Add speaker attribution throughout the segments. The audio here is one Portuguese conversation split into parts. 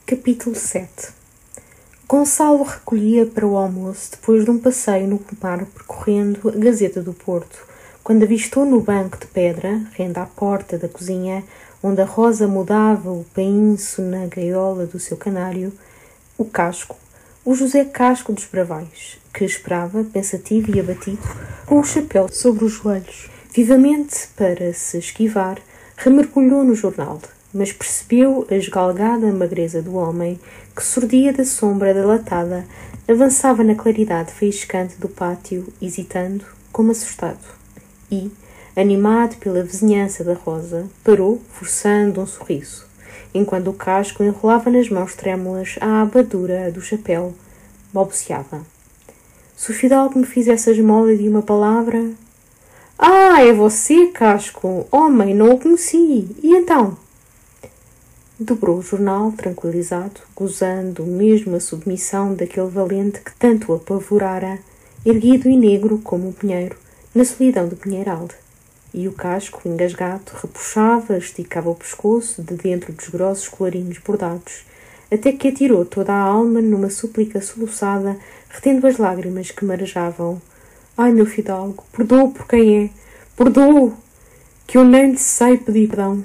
Speaker 1: Capítulo 7. Gonçalo recolhia para o almoço depois de um passeio no pomar percorrendo a Gazeta do Porto, quando avistou no banco de pedra, rente à porta da cozinha, onde a Rosa mudava o painço na gaiola do seu canário, o Casco, o José Casco dos Bravais, que esperava, pensativo e abatido, com o chapéu sobre os joelhos. Vivamente, para se esquivar, remergulhou no jornal, mas percebeu a esgalgada magreza do homem que, surdia da sombra da latada, avançava na claridade faiscante do pátio, hesitando, como assustado. E, animado pela vizinhança da Rosa, parou, forçando um sorriso, enquanto o Casco enrolava nas mãos trêmulas a abadura do chapéu, balbuciava. Se o fidalgo me fizesse a esmola de uma palavra... Ah, é você, Casco! Homem, não o conheci! E então? Dobrou o jornal, tranquilizado, gozando mesmo a submissão daquele valente que tanto o apavorara, erguido e negro como o pinheiro, na solidão do Pinheiral. E o Casco, engasgado, repuxava, esticava o pescoço de dentro dos grossos colarinhos bordados, até que atirou toda a alma numa súplica soluçada, retendo as lágrimas que marejavam. Ai, meu fidalgo, perdoa por quem é, perdoa, que eu nem lhe sei pedir perdão.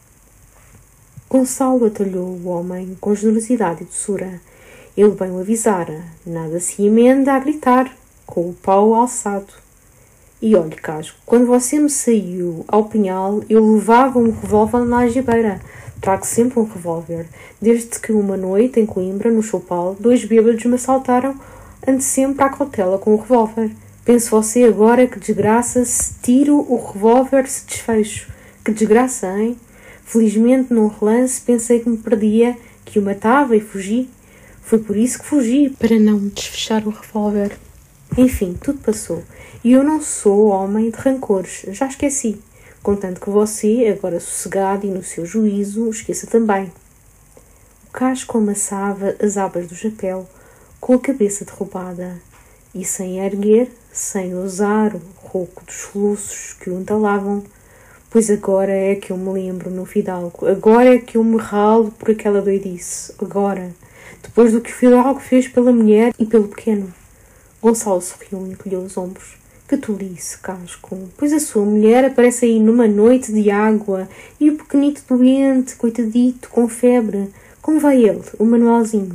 Speaker 1: Gonçalo atalhou o homem com generosidade e doçura. Ele bem o avisara, nada se emenda a gritar, com o pau alçado. E olhe, Casco, quando você me saiu ao pinhal, eu levava um revólver na algibeira. Trago sempre um revólver. Desde que uma noite, em Coimbra, no Choupal, 2 bêbados me assaltaram, ando sempre à cautela com o revólver. Pense você agora que desgraça se tiro o revólver se desfecho. Que desgraça, hein? Felizmente, num relance, pensei que me perdia, que o matava e fugi. Foi por isso que fugi, para não desfechar o revólver. Enfim, tudo passou. E eu não sou homem de rancores, já esqueci. Contanto que você, agora sossegado e no seu juízo, esqueça também. O Casco amassava as abas do chapéu, com a cabeça derrubada, e sem erguer, sem ousar o rouco dos soluços que o entalavam. Pois agora é que eu me lembro, meu fidalgo, agora é que eu me ralo por aquela doidice, agora, depois do que o fidalgo fez pela mulher e pelo pequeno. Gonçalo sorriu e encolheu os ombros. Que tolice, Casco, pois a sua mulher aparece aí numa noite de água e o pequenito doente, coitadito, com febre. Como vai ele, o Manuelzinho?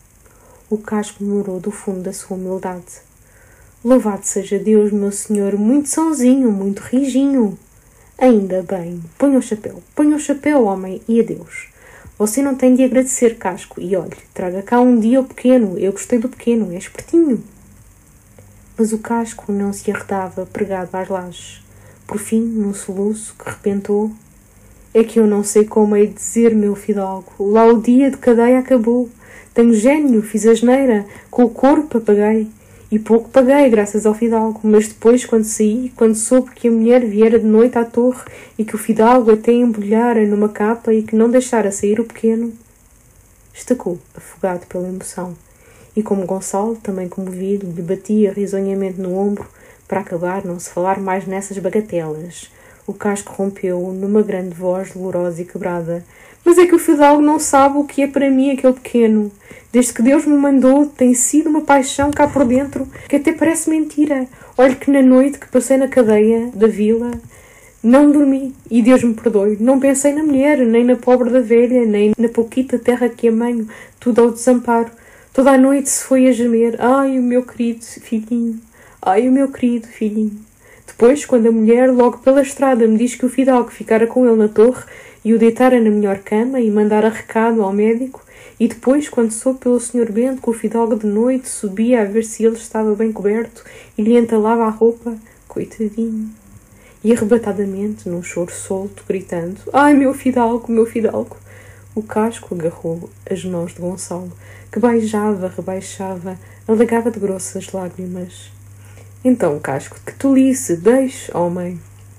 Speaker 1: O Casco murmurou do fundo da sua humildade. Louvado seja Deus, meu senhor, muito sãozinho, muito rijinho. Ainda bem, ponha o chapéu, homem, e adeus. Você não tem de agradecer, Casco, e olhe, traga cá um dia o pequeno, eu gostei do pequeno, é espertinho. Mas o Casco não se arredava, pregado às lajes. Por fim, num soluço que rebentou, é que eu não sei como hei de dizer, meu fidalgo, lá o dia de cadeia acabou. Tenho gênio, fiz asneira, com o corpo paguei. E pouco paguei, graças ao fidalgo, mas depois, quando saí, quando soube que a mulher viera de noite à torre e que o fidalgo até embrulhara numa capa e que não deixara sair o pequeno, estacou, afogado pela emoção. E como Gonçalo, também comovido, lhe batia risonhamente no ombro, para acabar não se falar mais nessas bagatelas, o Casco rompeu numa grande voz dolorosa e quebrada. Mas é que o fidalgo não sabe o que é para mim aquele pequeno. Desde que Deus me mandou, tem sido uma paixão cá por dentro, que até parece mentira. Olhe que na noite que passei na cadeia da vila, não dormi, e Deus me perdoe. Não pensei na mulher, nem na pobre da velha, nem na pouquita terra que amanho, tudo ao desamparo. Toda a noite se foi a gemer. Ai, o meu querido filhinho. Ai, o meu querido filhinho. Depois, quando a mulher, logo pela estrada, me diz que o fidalgo ficara com ele na torre e o deitara na melhor cama e mandara recado ao médico, e depois, quando soube pelo Sr. Bento que o fidalgo de noite subia a ver se ele estava bem coberto e lhe entalava a roupa, coitadinho. E arrebatadamente, num choro solto, gritando, ai, meu fidalgo, meu fidalgo, o Casco agarrou as mãos de Gonçalo, que baixava, rebaixava, alagava de grossas lágrimas. Então, Casco, que tolice, deixe, homem.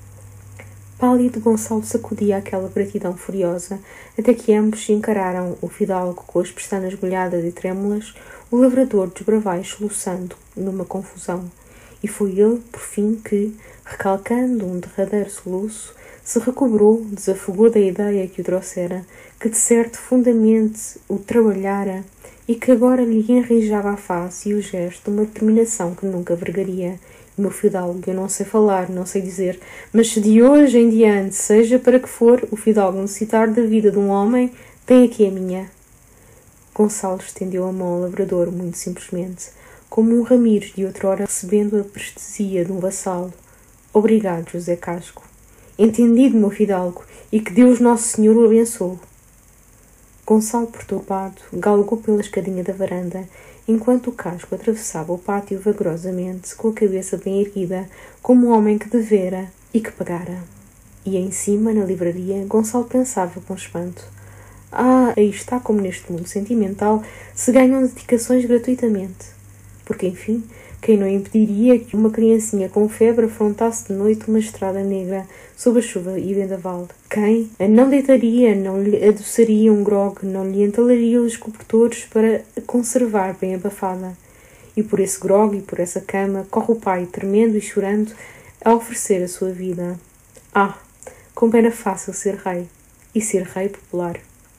Speaker 1: Pálido, Gonçalo sacudia aquela gratidão furiosa, até que ambos encararam o fidalgo com as pestanas molhadas e trêmulas, o lavrador dos Bravais soluçando numa confusão. E foi ele, por fim, que, recalcando um derradeiro soluço, se recobrou, desafogou da ideia que o trouxera, que de certo fundamente o trabalhara e que agora lhe enrijava a face e o gesto de uma determinação que nunca vergaria. Meu fidalgo, eu não sei falar, não sei dizer, mas se de hoje em diante, seja para que for, o fidalgo necessitar da vida de um homem, tem aqui a minha. Gonçalo estendeu a mão ao lavrador, muito simplesmente, como um Ramires de outrora recebendo a prestesia de um vassalo. Obrigado, José Casco. Entendido, meu fidalgo, e que Deus Nosso Senhor o abençoe. Gonçalo, perturbado, galgou pela escadinha da varanda, enquanto o Casco atravessava o pátio vagarosamente, com a cabeça bem erguida, como um homem que devera e que pagara. E em cima, na livraria, Gonçalo pensava com espanto. Aí está como neste mundo sentimental se ganham dedicações gratuitamente. Porque, enfim, quem não impediria que uma criancinha com febre afrontasse de noite uma estrada negra, sob a chuva e vendaval? Quem a não deitaria, não lhe adoçaria um grog, não lhe entalaria os cobertores para a conservar bem abafada? E por esse grog e por essa cama corre o pai, tremendo e chorando, a oferecer a sua vida. Como era fácil ser rei, e ser rei popular.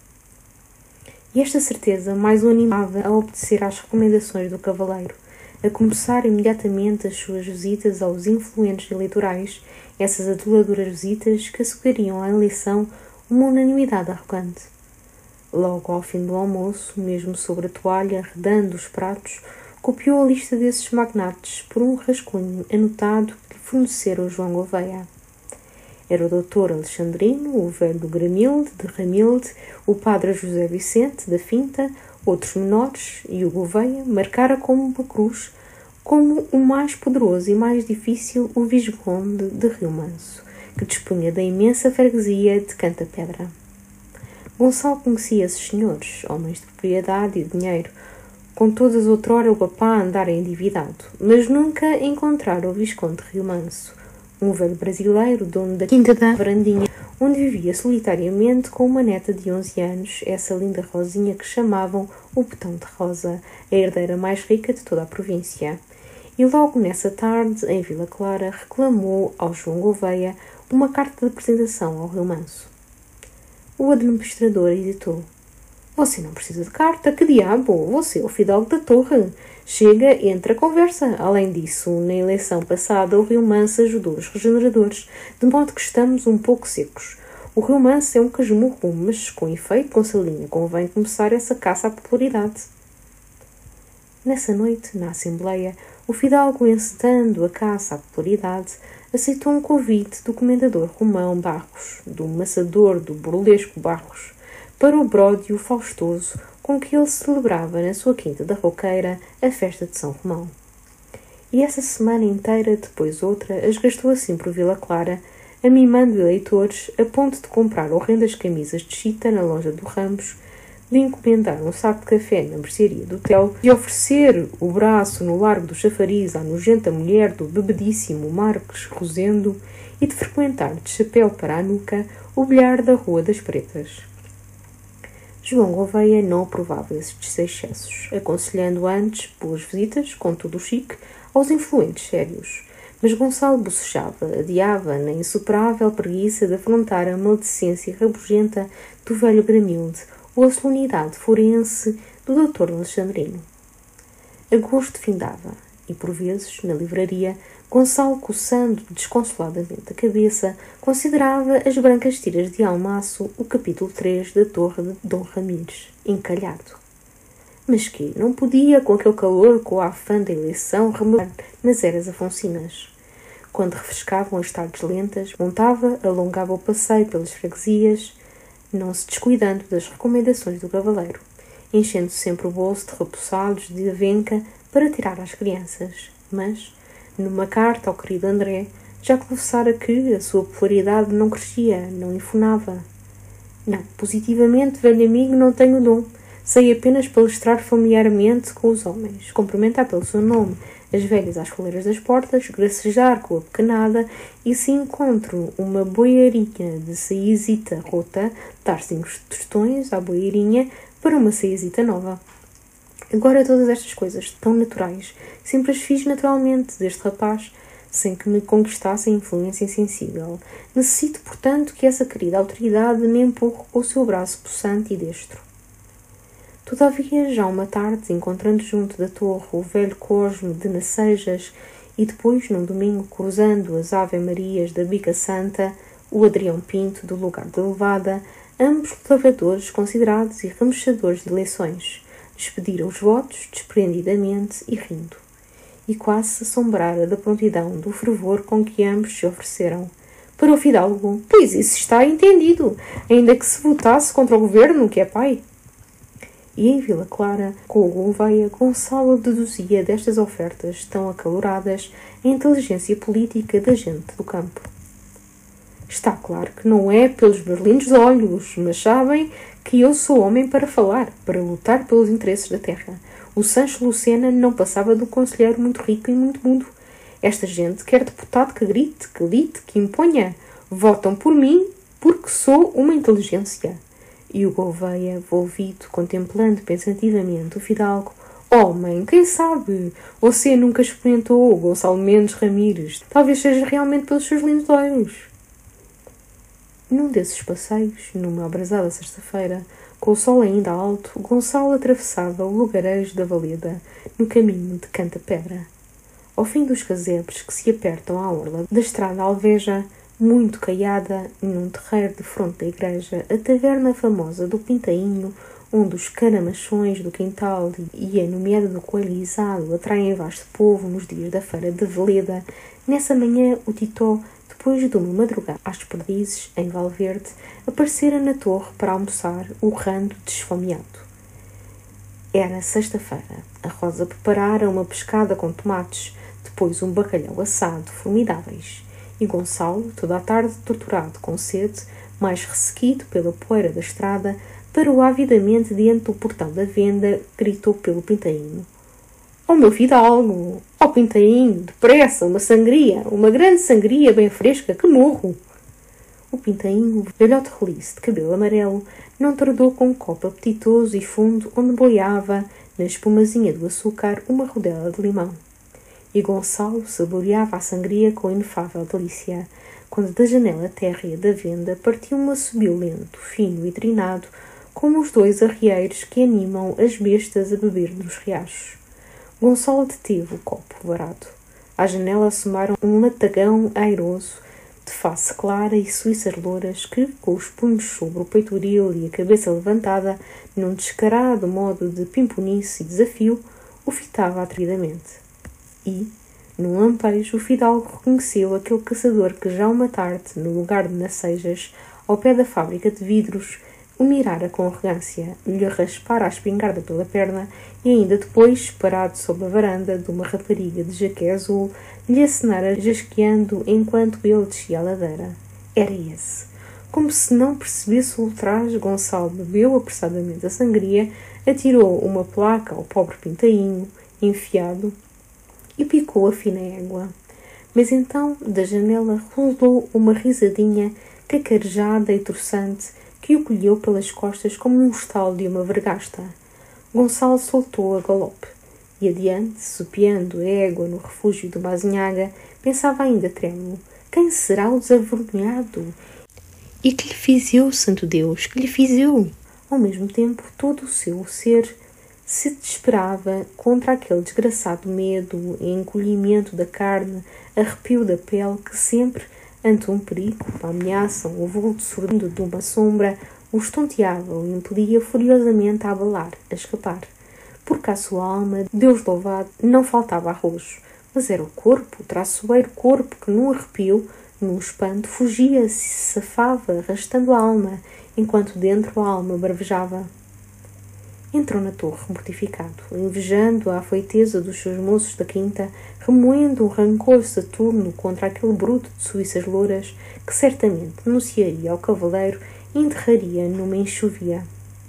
Speaker 1: E esta certeza mais o animava a obedecer às recomendações do cavaleiro, a começar imediatamente as suas visitas aos influentes eleitorais, essas aduladoras visitas que assegurariam à eleição uma unanimidade arrogante. Logo ao fim do almoço, mesmo sobre a toalha, arredando os pratos, copiou a lista desses magnates por um rascunho anotado que lhe fornecera o João Gouveia. Era o doutor Alexandrino, o velho Gramilde, de Ramilde, o padre José Vicente, da Finta, outros menores, e o Gouveia marcara como uma cruz, como o mais poderoso e mais difícil o Visconde de Rio Manso, que dispunha da imensa freguesia de Canta-Pedra. Gonçalo conhecia esses senhores, homens de propriedade e dinheiro, com todas outrora o papá andara endividado, mas nunca encontrara o Visconde de Rio Manso, um velho brasileiro, dono da quinta da Varandinha, onde vivia solitariamente com uma neta de 11 anos, essa linda Rosinha que chamavam o Betão de Rosa, a herdeira mais rica de toda a província. E logo nessa tarde, em Vila Clara, reclamou ao João Gouveia uma carta de apresentação ao Rio Manso. O administrador hesitou. Você não precisa de carta, que diabo? Você é o fidalgo da torre. Chega, entra, conversa. Além disso, na eleição passada, o Rio Manso ajudou os regeneradores, de modo que estamos um pouco secos. O Rio Manso é um casmurro, mas, com efeito, Consalinha, convém começar essa caça à popularidade. Nessa noite, na Assembleia, o fidalgo, encetando a caça à popularidade, aceitou um convite do comendador Romão Barros, do maçador do burlesco Barros, para o bródio faustoso com que ele celebrava na sua quinta da Roqueira a festa de São Romão. E essa semana inteira, depois outra, as gastou assim por Vila Clara, amimando eleitores a ponto de comprar horrendas camisas de chita na loja do Ramos, de encomendar um saco de café na mercearia do Tel, de oferecer o braço no largo do chafariz à nojenta mulher do bebedíssimo Marques Rosendo e de frequentar de chapéu para a nuca o bilhar da Rua das Pretas. João Gouveia não aprovava esses excessos, aconselhando antes boas visitas, com todo o chique, aos influentes sérios. Mas Gonçalo bocejava, adiava na insuperável preguiça de afrontar a maledicência rabugenta do velho Gramilde ou a solenidade forense do doutor Alexandrino. Agosto findava, e por vezes, na livraria, Gonçalo, coçando desconsoladamente a cabeça, considerava as brancas tiras de Almaço, o capítulo 3 da Torre de Dom Ramires, encalhado. Mas que não podia, com aquele calor, com a afã da eleição, remover nas eras afonsinas. Quando refrescavam as tardes lentas, montava, alongava o passeio pelas freguesias, não se descuidando das recomendações do cavaleiro, enchendo sempre o bolso de repousados de avenca para tirar às crianças. Mas, numa carta ao querido André, já confessara que a sua popularidade não crescia, não infunava. Não, positivamente, velho amigo, não tenho dom. Sei apenas palestrar familiarmente com os homens, cumprimentar pelo seu nome as velhas às coleiras das portas, gracejar com a pequenada e, se encontro uma boiarinha de saizita rota, dar 5 tostões à boiarinha para uma saizita nova. Agora todas estas coisas tão naturais, sempre as fiz naturalmente, deste rapaz, sem que me conquistasse a influência insensível. Necessito, portanto, que essa querida autoridade me empurre com o seu braço possante e destro. Todavia, já uma tarde, encontrando junto da torre o velho Cosme de Nacejas e depois, num domingo, cruzando as Ave-Marias da Bica Santa, o Adrião Pinto, do lugar de Levada, ambos lavradores considerados e remexadores de eleições, despediram os votos desprendidamente e rindo, e quase se assombrara da prontidão do fervor com que ambos se ofereceram. Para o fidalgo, pois isso está entendido, ainda que se votasse contra o governo, que é pai. E em Vila Clara, com o Gouveia, Gonçalo deduzia destas ofertas tão acaloradas a inteligência política da gente do campo. Está claro que não é pelos meus lindos olhos, mas sabem que eu sou homem para falar, para lutar pelos interesses da terra. O Sancho Lucena não passava de um conselheiro muito rico e muito mudo. Esta gente quer deputado que grite, que lite, que imponha. Votam por mim porque sou uma inteligência. E o Gouveia, volvido, contemplando pensativamente o fidalgo, homem, quem sabe? Você nunca experimentou Gonçalo Mendes Ramires. Talvez seja realmente pelos seus lindos olhos. Num desses passeios, numa abrasada sexta-feira, com o sol ainda alto, Gonçalo atravessava o lugarejo da Valeda, no caminho de Canta-Pedra. Ao fim dos casebres que se apertam à orla da estrada alveja, muito caiada, num terreiro de fronte da igreja, a taverna famosa do Pintainho, onde os caramachões do quintal e a nomeada do coelho guisado atraem vasto povo nos dias da feira de Veleda, nessa manhã o Titó, depois de uma madrugada às perdizes, em Valverde, aparecera na torre para almoçar, urrando desfomeado. Era sexta-feira. A Rosa preparara uma pescada com tomates, depois um bacalhau assado, formidáveis. E Gonçalo, toda a tarde torturado com sede, mais ressequido pela poeira da estrada, parou avidamente diante do portão da venda, gritou pelo Pintainho. "Ó meu fidalgo! Ó Pintainho, depressa, uma grande sangria bem fresca, que morro!" O Pintainho, velhote roliço de cabelo amarelo, não tardou com um copo apetitoso e fundo onde boiava, na espumazinha do açúcar, uma rodela de limão. E Gonçalo saboreava a sangria com inefável delícia, quando da janela térrea da venda partiu um assobio lento, fino e trinado, como os dois arrieiros que animam as bestas a beber nos riachos. Gonçalo deteve o copo varado. À janela assomaram um latagão airoso, de face clara e suíças louras, que, com os punhos sobre o peitoril e a cabeça levantada, num descarado modo de pimponice e desafio, o fitava atrevidamente. E, num lampejo, o fidalgo reconheceu aquele caçador que já uma tarde, no lugar de Nacejas, ao pé da fábrica de vidros, o mirara com arrogância, lhe raspara a espingarda pela perna e ainda depois, parado sob a varanda de uma rapariga de jaqué azul, lhe acenara jasqueando enquanto ele descia a ladeira. Era esse. Como se não percebesse o ultraje, Gonçalo bebeu apressadamente a sangria, atirou uma placa ao pobre Pintainho, enfiado, e picou a fina égua. Mas então, da janela, rolou uma risadinha cacarejada e torçante que o colheu pelas costas como um estalo de uma vergasta. Gonçalo soltou a galope e adiante, supiando a égua no refúgio de uma azinhaga, pensava ainda trêmulo: quem será o desavergonhado? E que lhe fiz eu, santo Deus, que lhe fiz eu? Ao mesmo tempo, todo o seu ser se desesperava contra aquele desgraçado medo, encolhimento da carne, arrepio da pele que sempre, ante um perigo, uma ameaça, um vulto surdo de uma sombra, o estonteava, o impelia furiosamente a abalar, a escapar. Porque à sua alma, Deus louvado, não faltava arrojo, mas era o corpo, o traiçoeiro corpo que num arrepio, num espanto, fugia, se safava, arrastando a alma, enquanto dentro a alma bravejava. Entrou na torre, mortificado, invejando a afoiteza dos seus moços da quinta, remoendo um rancor saturno contra aquele bruto de suíças louras que certamente denunciaria ao cavaleiro e enterraria numa enxovia.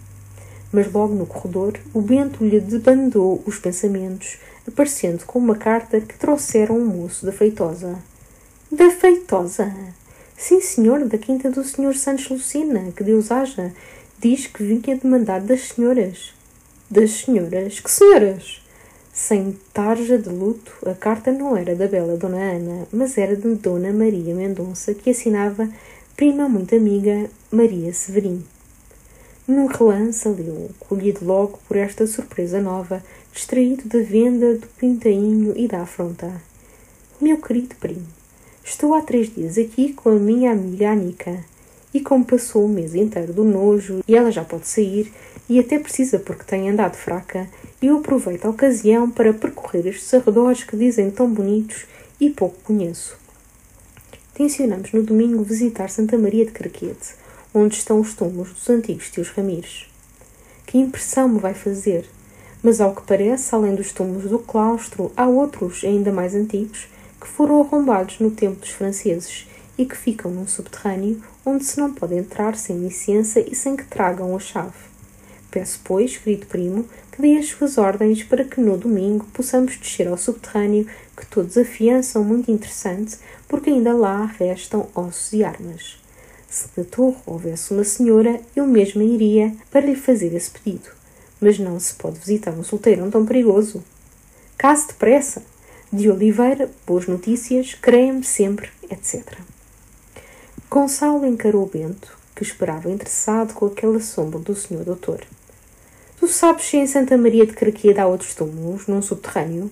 Speaker 1: Mas logo no corredor, o Bento lhe debandou os pensamentos, aparecendo com uma carta que trouxera um moço da Feitosa. Da Feitosa? Sim, senhor, da quinta do senhor Sancho Lucena, que Deus haja. Diz que vinha demandar das senhoras. Das senhoras? Que senhoras? Sem tarja de luto, a carta não era da bela Dona Ana, mas era de Dona Maria Mendonça, que assinava prima muito amiga Maria Severim. Num relance leu, colhido logo por esta surpresa nova, distraído da venda do pintainho e da afronta. Meu querido primo, estou há 3 dias aqui com a minha amiga Anica, e como passou o mês inteiro do nojo e ela já pode sair, e até precisa porque tem andado fraca, eu aproveito a ocasião para percorrer estes arredores que dizem tão bonitos e pouco conheço. Tencionamos no domingo visitar Santa Maria de Carquete, onde estão os túmulos dos antigos tios Ramires. Que impressão me vai fazer! Mas ao que parece, além dos túmulos do claustro, há outros ainda mais antigos que foram arrombados no tempo dos franceses e que ficam num subterrâneo onde se não pode entrar sem licença e sem que tragam a chave. Peço, pois, querido primo, que dê as suas ordens para que no domingo possamos descer ao subterrâneo, que todos afiançam muito interessante, porque ainda lá restam ossos e armas. Se na torre houvesse uma senhora, eu mesma iria para lhe fazer esse pedido. Mas não se pode visitar um solteirão tão perigoso. Case depressa! De Oliveira, boas notícias, creia-me sempre, etc. Gonçalo encarou Bento, que esperava interessado com aquele assombro do senhor doutor. Tu sabes se em Santa Maria de Carquede há outros túmulos, num subterrâneo?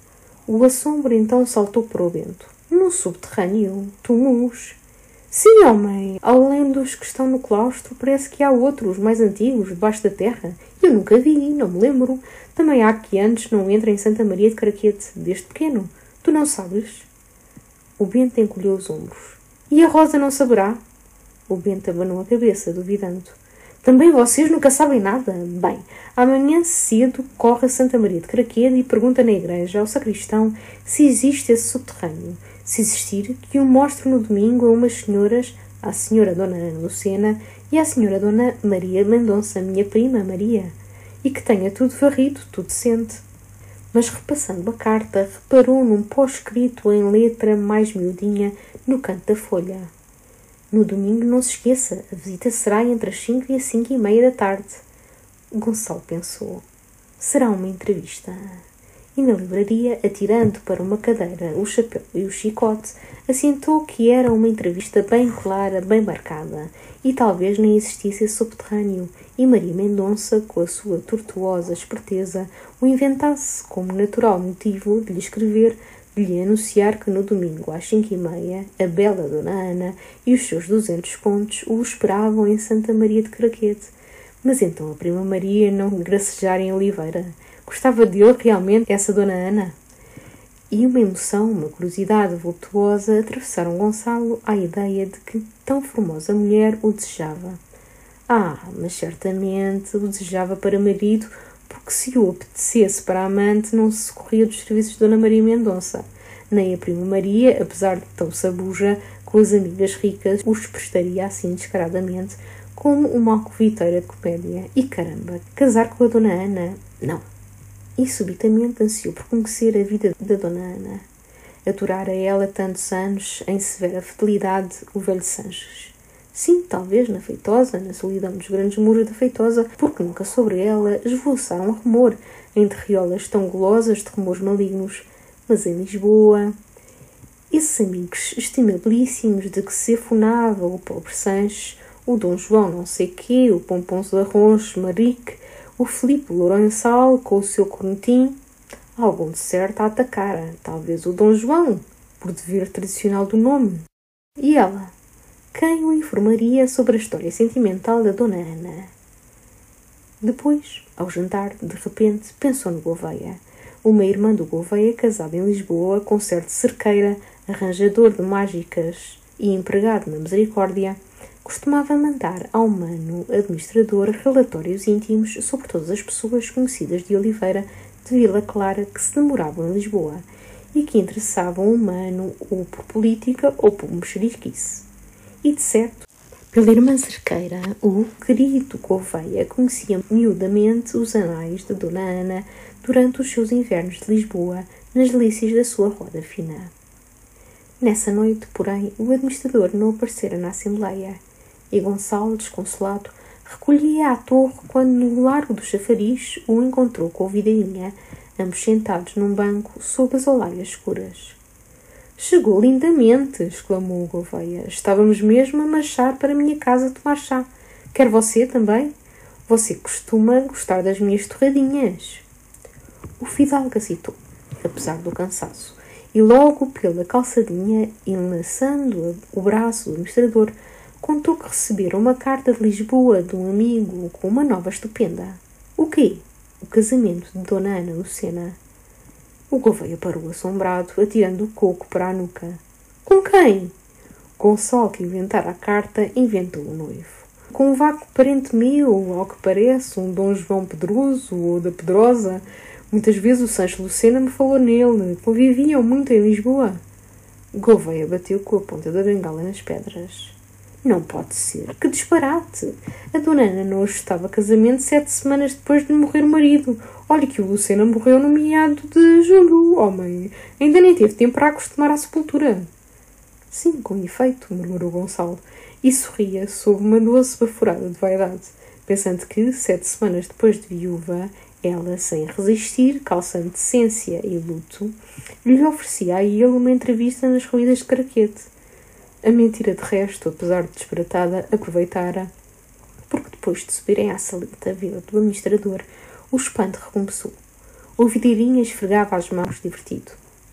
Speaker 1: O assombro então saltou para o Bento. Num subterrâneo? Túmulos? Sim, homem. Além dos que estão no claustro, parece que há outros, mais antigos, debaixo da terra. Eu nunca vi, não me lembro. Também há que antes não entra em Santa Maria de Carquede, desde pequeno. Tu não sabes? O Bento encolheu os ombros. E a Rosa não saberá? O Bento abanou a cabeça, duvidando. Também vocês nunca sabem nada? Bem, amanhã cedo corre a Santa Maria de Carquede e pergunta na igreja ao sacristão se existe esse subterrâneo. Se existir, que o mostre no domingo a umas senhoras, à senhora Dona Ana Lucena e à senhora Dona Maria Mendonça, minha prima Maria, e que tenha tudo varrido, tudo decente. Mas repassando a carta, reparou num pós-escrito em letra mais miudinha no canto da folha. No domingo não se esqueça, a visita será entre as 5 e as 5:30 da tarde. Gonçalo pensou. Será uma entrevista. E na livraria, atirando para uma cadeira o chapéu e o chicote, assentou que era uma entrevista bem clara, bem marcada, e talvez nem existisse esse subterrâneo, e Maria Mendonça, com a sua tortuosa esperteza, o inventasse como natural motivo de lhe escrever, de lhe anunciar que no domingo às 5:30 a bela Dona Ana e os seus 200 contos o esperavam em Santa Maria de Carquede. Mas então a prima Maria não gracejar em Oliveira. Gostava de ele realmente essa Dona Ana? E uma emoção, uma curiosidade voluptuosa atravessaram Gonçalo à ideia de que tão formosa mulher o desejava. Mas certamente o desejava para marido, porque se o apetecesse para amante não se socorria dos serviços de Dona Maria Mendonça. Nem a prima Maria, apesar de tão sabuja, com as amigas ricas, os prestaria assim descaradamente, como uma alcoviteira de comédia. E caramba, casar com a Dona Ana? Não. E subitamente ansiou por conhecer a vida da Dona Ana. Aturara ela tantos anos, em severa fidelidade, o velho Sanches. Sim, talvez na Feitosa, na solidão dos grandes muros da Feitosa, porque nunca sobre ela esvoaçaram um rumor, em terriolas tão golosas de rumores malignos. Mas em Lisboa, esses amigos estimabilíssimos de que se afunava o pobre Sanches, o Dom João não sei quê, o Pomponso de Arronches, Marique, o Filipe Lourençal com o seu cornetim, algum de certo a atacara, talvez o Dom João, por dever tradicional do nome. E ela? Quem o informaria sobre a história sentimental da Dona Ana? Depois, ao jantar, de repente, pensou no Gouveia. Uma irmã do Gouveia, casada em Lisboa, com certo cerqueira, arranjador de mágicas e empregado na Misericórdia, costumava mandar ao mano administrador relatórios íntimos sobre todas as pessoas conhecidas de Oliveira de Vila Clara que se demoravam em Lisboa e que interessavam o mano ou por política ou por mexeriquice. E, de certo, pela irmã cerqueira, o querido Gouveia conhecia miudamente os anais de Dona Ana durante os seus invernos de Lisboa, nas delícias da sua roda fina. Nessa noite, porém, o administrador não aparecera na Assembleia, e Gonçalo, desconsolado, recolhia à torre quando no largo do chafariz o encontrou com a vidainha, ambos sentados num banco sob as olaias escuras. Chegou lindamente, exclamou Gouveia. Estávamos mesmo a marchar para a minha casa tomar chá. Quer você também? Você costuma gostar das minhas torradinhas. O fidalgo aceitou, apesar do cansaço, e logo pela calçadinha, enlaçando o braço do administrador, contou que recebera uma carta de Lisboa de um amigo com uma nova estupenda. O quê? O casamento de Dona Ana Lucena. O Gouveia parou assombrado, atirando o coco para a nuca. Com quem? Gonçalo, que inventara a carta, inventou o noivo. Com um vago parente meu, ao que parece, um Dom João Pedroso ou da Pedrosa. Muitas vezes o Sancho Lucena me falou nele. Conviviam muito em Lisboa. Gouveia bateu com a ponta da bengala nas pedras. Não pode ser. Que disparate! A Dona Ana não ajustava casamento 7 semanas depois de morrer o marido. Olha que o Lucena morreu no meado de julho, homem. Ainda nem teve tempo para acostumar à sepultura. Sim, com efeito, murmurou Gonçalo, e sorria sob uma doce baforada de vaidade, pensando que, 7 semanas depois de viúva, ela, sem resistir, calçando decência e luto, lhe oferecia a ele uma entrevista nas ruínas de Caraquete. A mentira, de resto, apesar de disparatada, aproveitara, porque depois de subirem à salita vila do administrador, o espanto recomeçou. O videirinha esfregava as mãos divertido.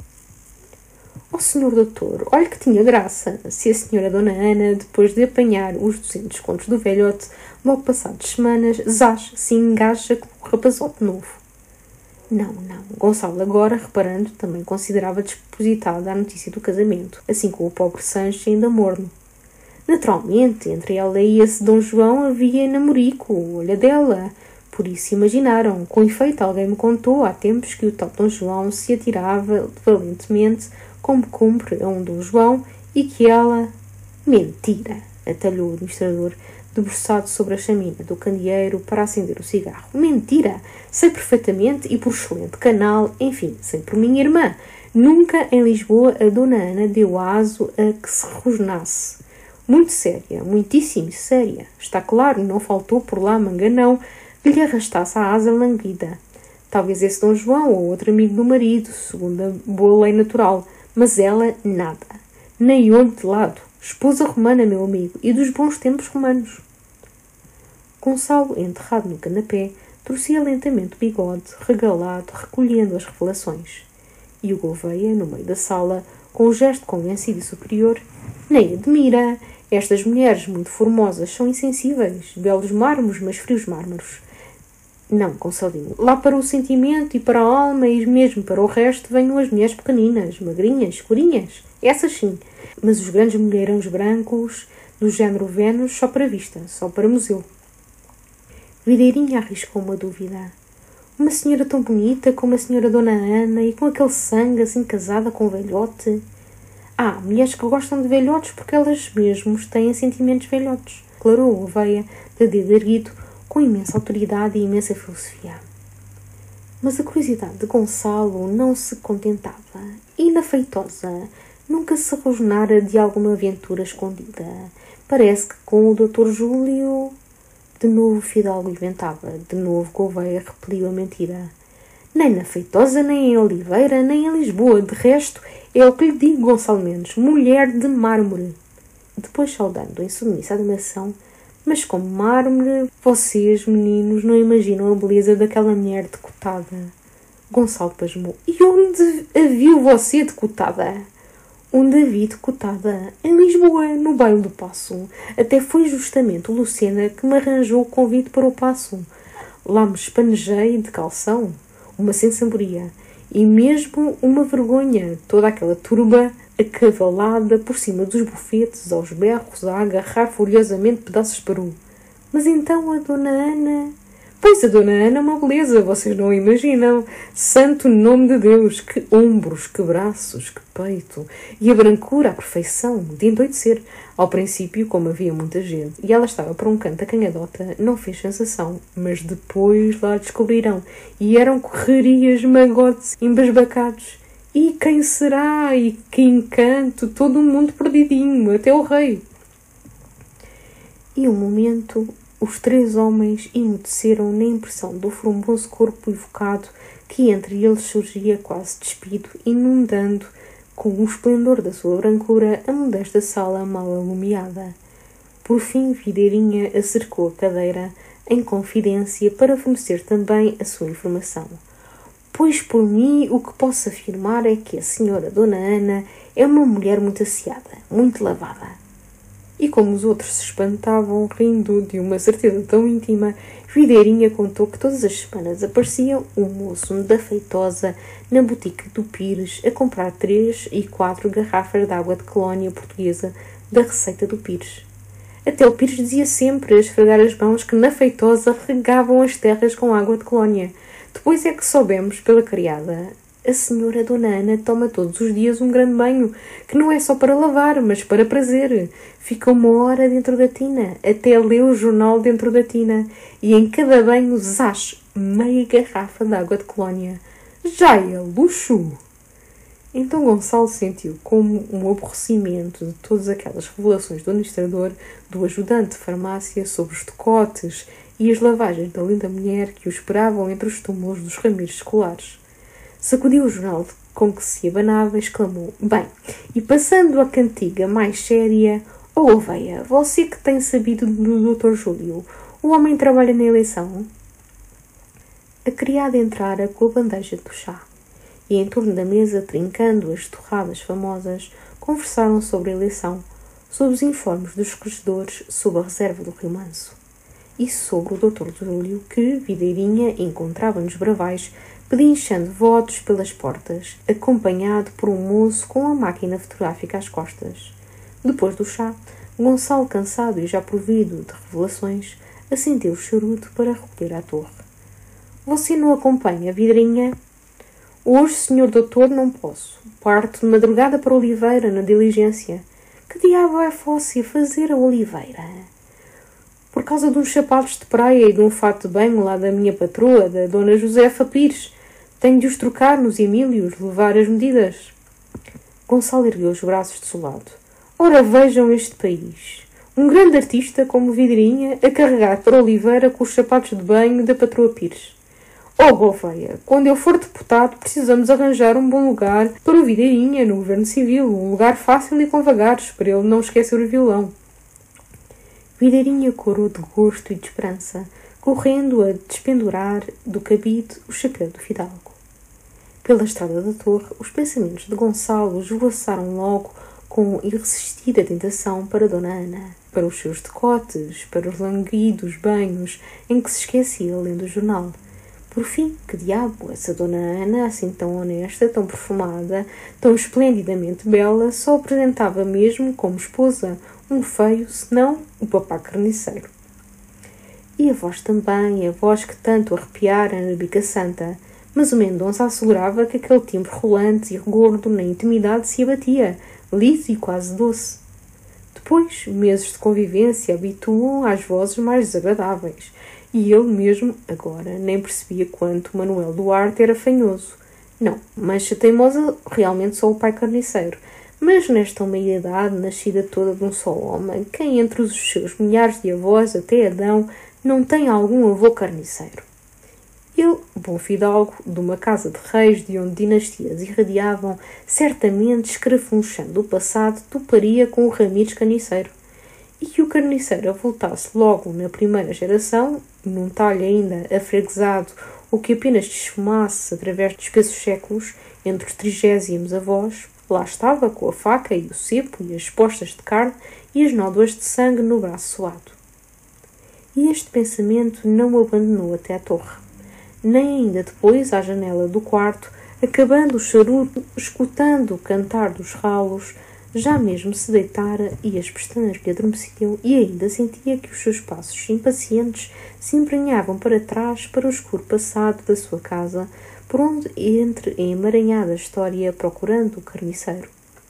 Speaker 1: Ó senhor doutor, olhe que tinha graça, se a senhora Dona Ana, depois de apanhar os 200 contos do velhote, logo passadas semanas, zás, se engaja com o rapazote novo. Não. Gonçalo agora, reparando, também considerava despositada a notícia do casamento, assim como o pobre Sancho ainda morno. Naturalmente, entre ela e esse Dom João havia namorico, olha dela. Por isso imaginaram. Com efeito, alguém me contou há tempos que o tal Dom João se atirava valentemente, como cumpre a um Dom João, e que ela... Mentira! Atalhou o administrador, debruçado sobre a chaminé do candeeiro para acender o cigarro. Mentira! Sei perfeitamente e por excelente canal, enfim, sei por minha irmã. Nunca em Lisboa a Dona Ana deu aso a que se rosnasse. Muito séria, muitíssimo séria. Está claro, não faltou por lá manganão que lhe arrastasse a asa languida. Talvez esse Dom João ou outro amigo do marido, segundo a boa lei natural. Mas ela, nada. Nem olho de lado. Esposa romana, meu amigo, e dos bons tempos romanos. Gonçalo, enterrado no canapé, torcia lentamente o bigode, regalado, recolhendo as revelações. E o Gouveia, no meio da sala, com um gesto convencido e superior, nem admira. Estas mulheres muito formosas são insensíveis, belos mármores, mas frios mármores. Não, Gonçalinho, lá para o sentimento e para a alma e mesmo para o resto venham as mulheres pequeninas, magrinhas, escurinhas, essas sim, mas os grandes mulherões brancos, do género Vênus, só para vista, só para museu. Videirinha arriscou uma dúvida. Uma senhora tão bonita como a senhora Dona Ana e com aquele sangue assim casada com um velhote. Há mulheres que gostam de velhotes porque elas mesmas têm sentimentos velhotes, declarou a Gouveia, de dedo erguido, com imensa autoridade e imensa filosofia. Mas a curiosidade de Gonçalo não se contentava, e na feitosa nunca se rosnara de alguma aventura escondida. Parece que com o Dr. Júlio... De novo o fidalgo inventava, de novo Gouveia repeliu a mentira. Nem na Feitosa, nem em Oliveira, nem em Lisboa. De resto, é o que lhe digo, Gonçalo Mendes, mulher de mármore. Depois, saudando em submissa admiração, mas como mármore, vocês, meninos, não imaginam a beleza daquela mulher decotada. Gonçalo pasmou. E onde a viu você decotada? Onde a vi decotada? Em Lisboa, no baile do Paço. Até foi justamente o Lucena que me arranjou o convite para o Paço. Lá me espanejei de calção, uma sensaboria, e mesmo uma vergonha, toda aquela turba acavalada por cima dos bufetes, aos berros, a agarrar furiosamente pedaços de peru. Mas então a Dona Ana... Pois a Dona Ana é uma beleza, vocês não imaginam. Santo nome de Deus, que ombros, que braços, que peito. E a brancura, a perfeição, de endoidecer. Ao princípio, como havia muita gente, e ela estava para um canto acanhadota, não fez sensação. Mas depois lá descobrirão. E eram correrias, magotes, embasbacados. E quem será? E que encanto! Todo o mundo perdidinho, até o rei. E um momento... O Os 3 homens emudeceram na impressão do formoso corpo evocado que entre eles surgia quase despido, inundando com o esplendor da sua brancura a modesta sala mal alumiada. Por fim, Videirinha acercou a cadeira em confidência para fornecer também a sua informação. Pois por mim o que posso afirmar é que a senhora Dona Ana é uma mulher muito asseada, muito lavada. E como os outros se espantavam, rindo de uma certeza tão íntima, Videirinha contou que todas as semanas aparecia um moço da Feitosa na botica do Pires a comprar 3 e 4 garrafas de água de colónia portuguesa da receita do Pires. Até o Pires dizia sempre, a esfregar as mãos, que na Feitosa regavam as terras com água de colónia. Depois é que soubemos pela criada. A senhora Dona Ana toma todos os dias um grande banho, que não é só para lavar, mas para prazer. Fica 1 hora dentro da tina, até lê o jornal dentro da tina, e em cada banho zás meia garrafa de água de colónia. Já é luxo! Então Gonçalo sentiu como um aborrecimento de todas aquelas revelações do administrador, do ajudante de farmácia sobre os decotes e as lavagens da linda mulher que o esperavam entre os túmulos dos Ramires escolares. Sacudiu o jornal com que se abanava e exclamou: bem, e passando à cantiga mais séria, Oveia, você que tem sabido do Dr. Júlio, o homem trabalha na eleição? A criada entrara com a bandeja do chá, e em torno da mesa, trincando as torradas famosas, conversaram sobre a eleição, sobre os informes dos regedores sob a reserva do Rio Manso, e sobre o Dr. Júlio, que Videirinha encontrava nos Bravais, pedinchando votos pelas portas, acompanhado por um moço com a máquina fotográfica às costas. Depois do chá, Gonçalo, cansado e já provido de revelações, acendeu o charuto para recolher à torre. Você não acompanha, Videirinha? Hoje, senhor doutor, não posso. Parto de madrugada para Oliveira, na diligência. Que diabo é você fazer a Oliveira? Por causa de uns sapatos de praia e de um fato de banho lá da minha patroa, da dona Josefa Pires. Tenho de os trocar nos Emílios, levar as medidas. Gonçalo ergueu os braços desolado. Ora, vejam este país. Um grande artista como Videirinha a carregar para Oliveira com os sapatos de banho da patroa Pires. Oh, Gouveia, quando eu for deputado, precisamos arranjar um bom lugar para o Videirinha no governo civil, um lugar fácil e com vagares, para ele não esquecer o violão. Videirinha corou de gosto e de esperança, correndo a despendurar do cabide o chapéu do fidalgo. Pela estrada da torre, os pensamentos de Gonçalo esvoaçaram logo com irresistida tentação para Dona Ana, para os seus decotes, para os languidos banhos em que se esquecia lendo o jornal. Por fim, que diabo, essa Dona Ana, assim tão honesta, tão perfumada, tão esplendidamente bela, só apresentava mesmo como esposa um feio, senão o papá carniceiro. E a voz também, a voz que tanto arrepiara na bica santa, mas o Mendonça assegurava que aquele timbre rolante e gordo na intimidade se abatia, liso e quase doce. Depois, meses de convivência habituam às vozes mais desagradáveis, e ele mesmo, agora, nem percebia quanto Manuel Duarte era fanhoso. Não, mancha teimosa realmente só o pai carniceiro, mas nesta meia-idade, nascida toda de um só homem, quem entre os seus milhares de avós até Adão não tem algum avô carniceiro? Ele, bom fidalgo, de uma casa de reis de onde dinastias irradiavam, certamente escarafunchando o passado, toparia com o Ramires carniceiro. E que o carniceiro avultasse logo na primeira geração, num talho ainda afreguesado ou que apenas desfumasse através dos espessos séculos, entre os 30º avós, lá estava com a faca e o cepo e as postas de carne e as nódoas de sangue no braço suado. E este pensamento não o abandonou até à torre, nem ainda depois à janela do quarto, acabando o charuto, escutando o cantar dos ralos, já mesmo se deitara e as pestanas lhe adormeciam e ainda sentia que os seus passos impacientes se emprenhavam para trás para o escuro passado da sua casa, por onde entre em emaranhada história procurando o carniceiro.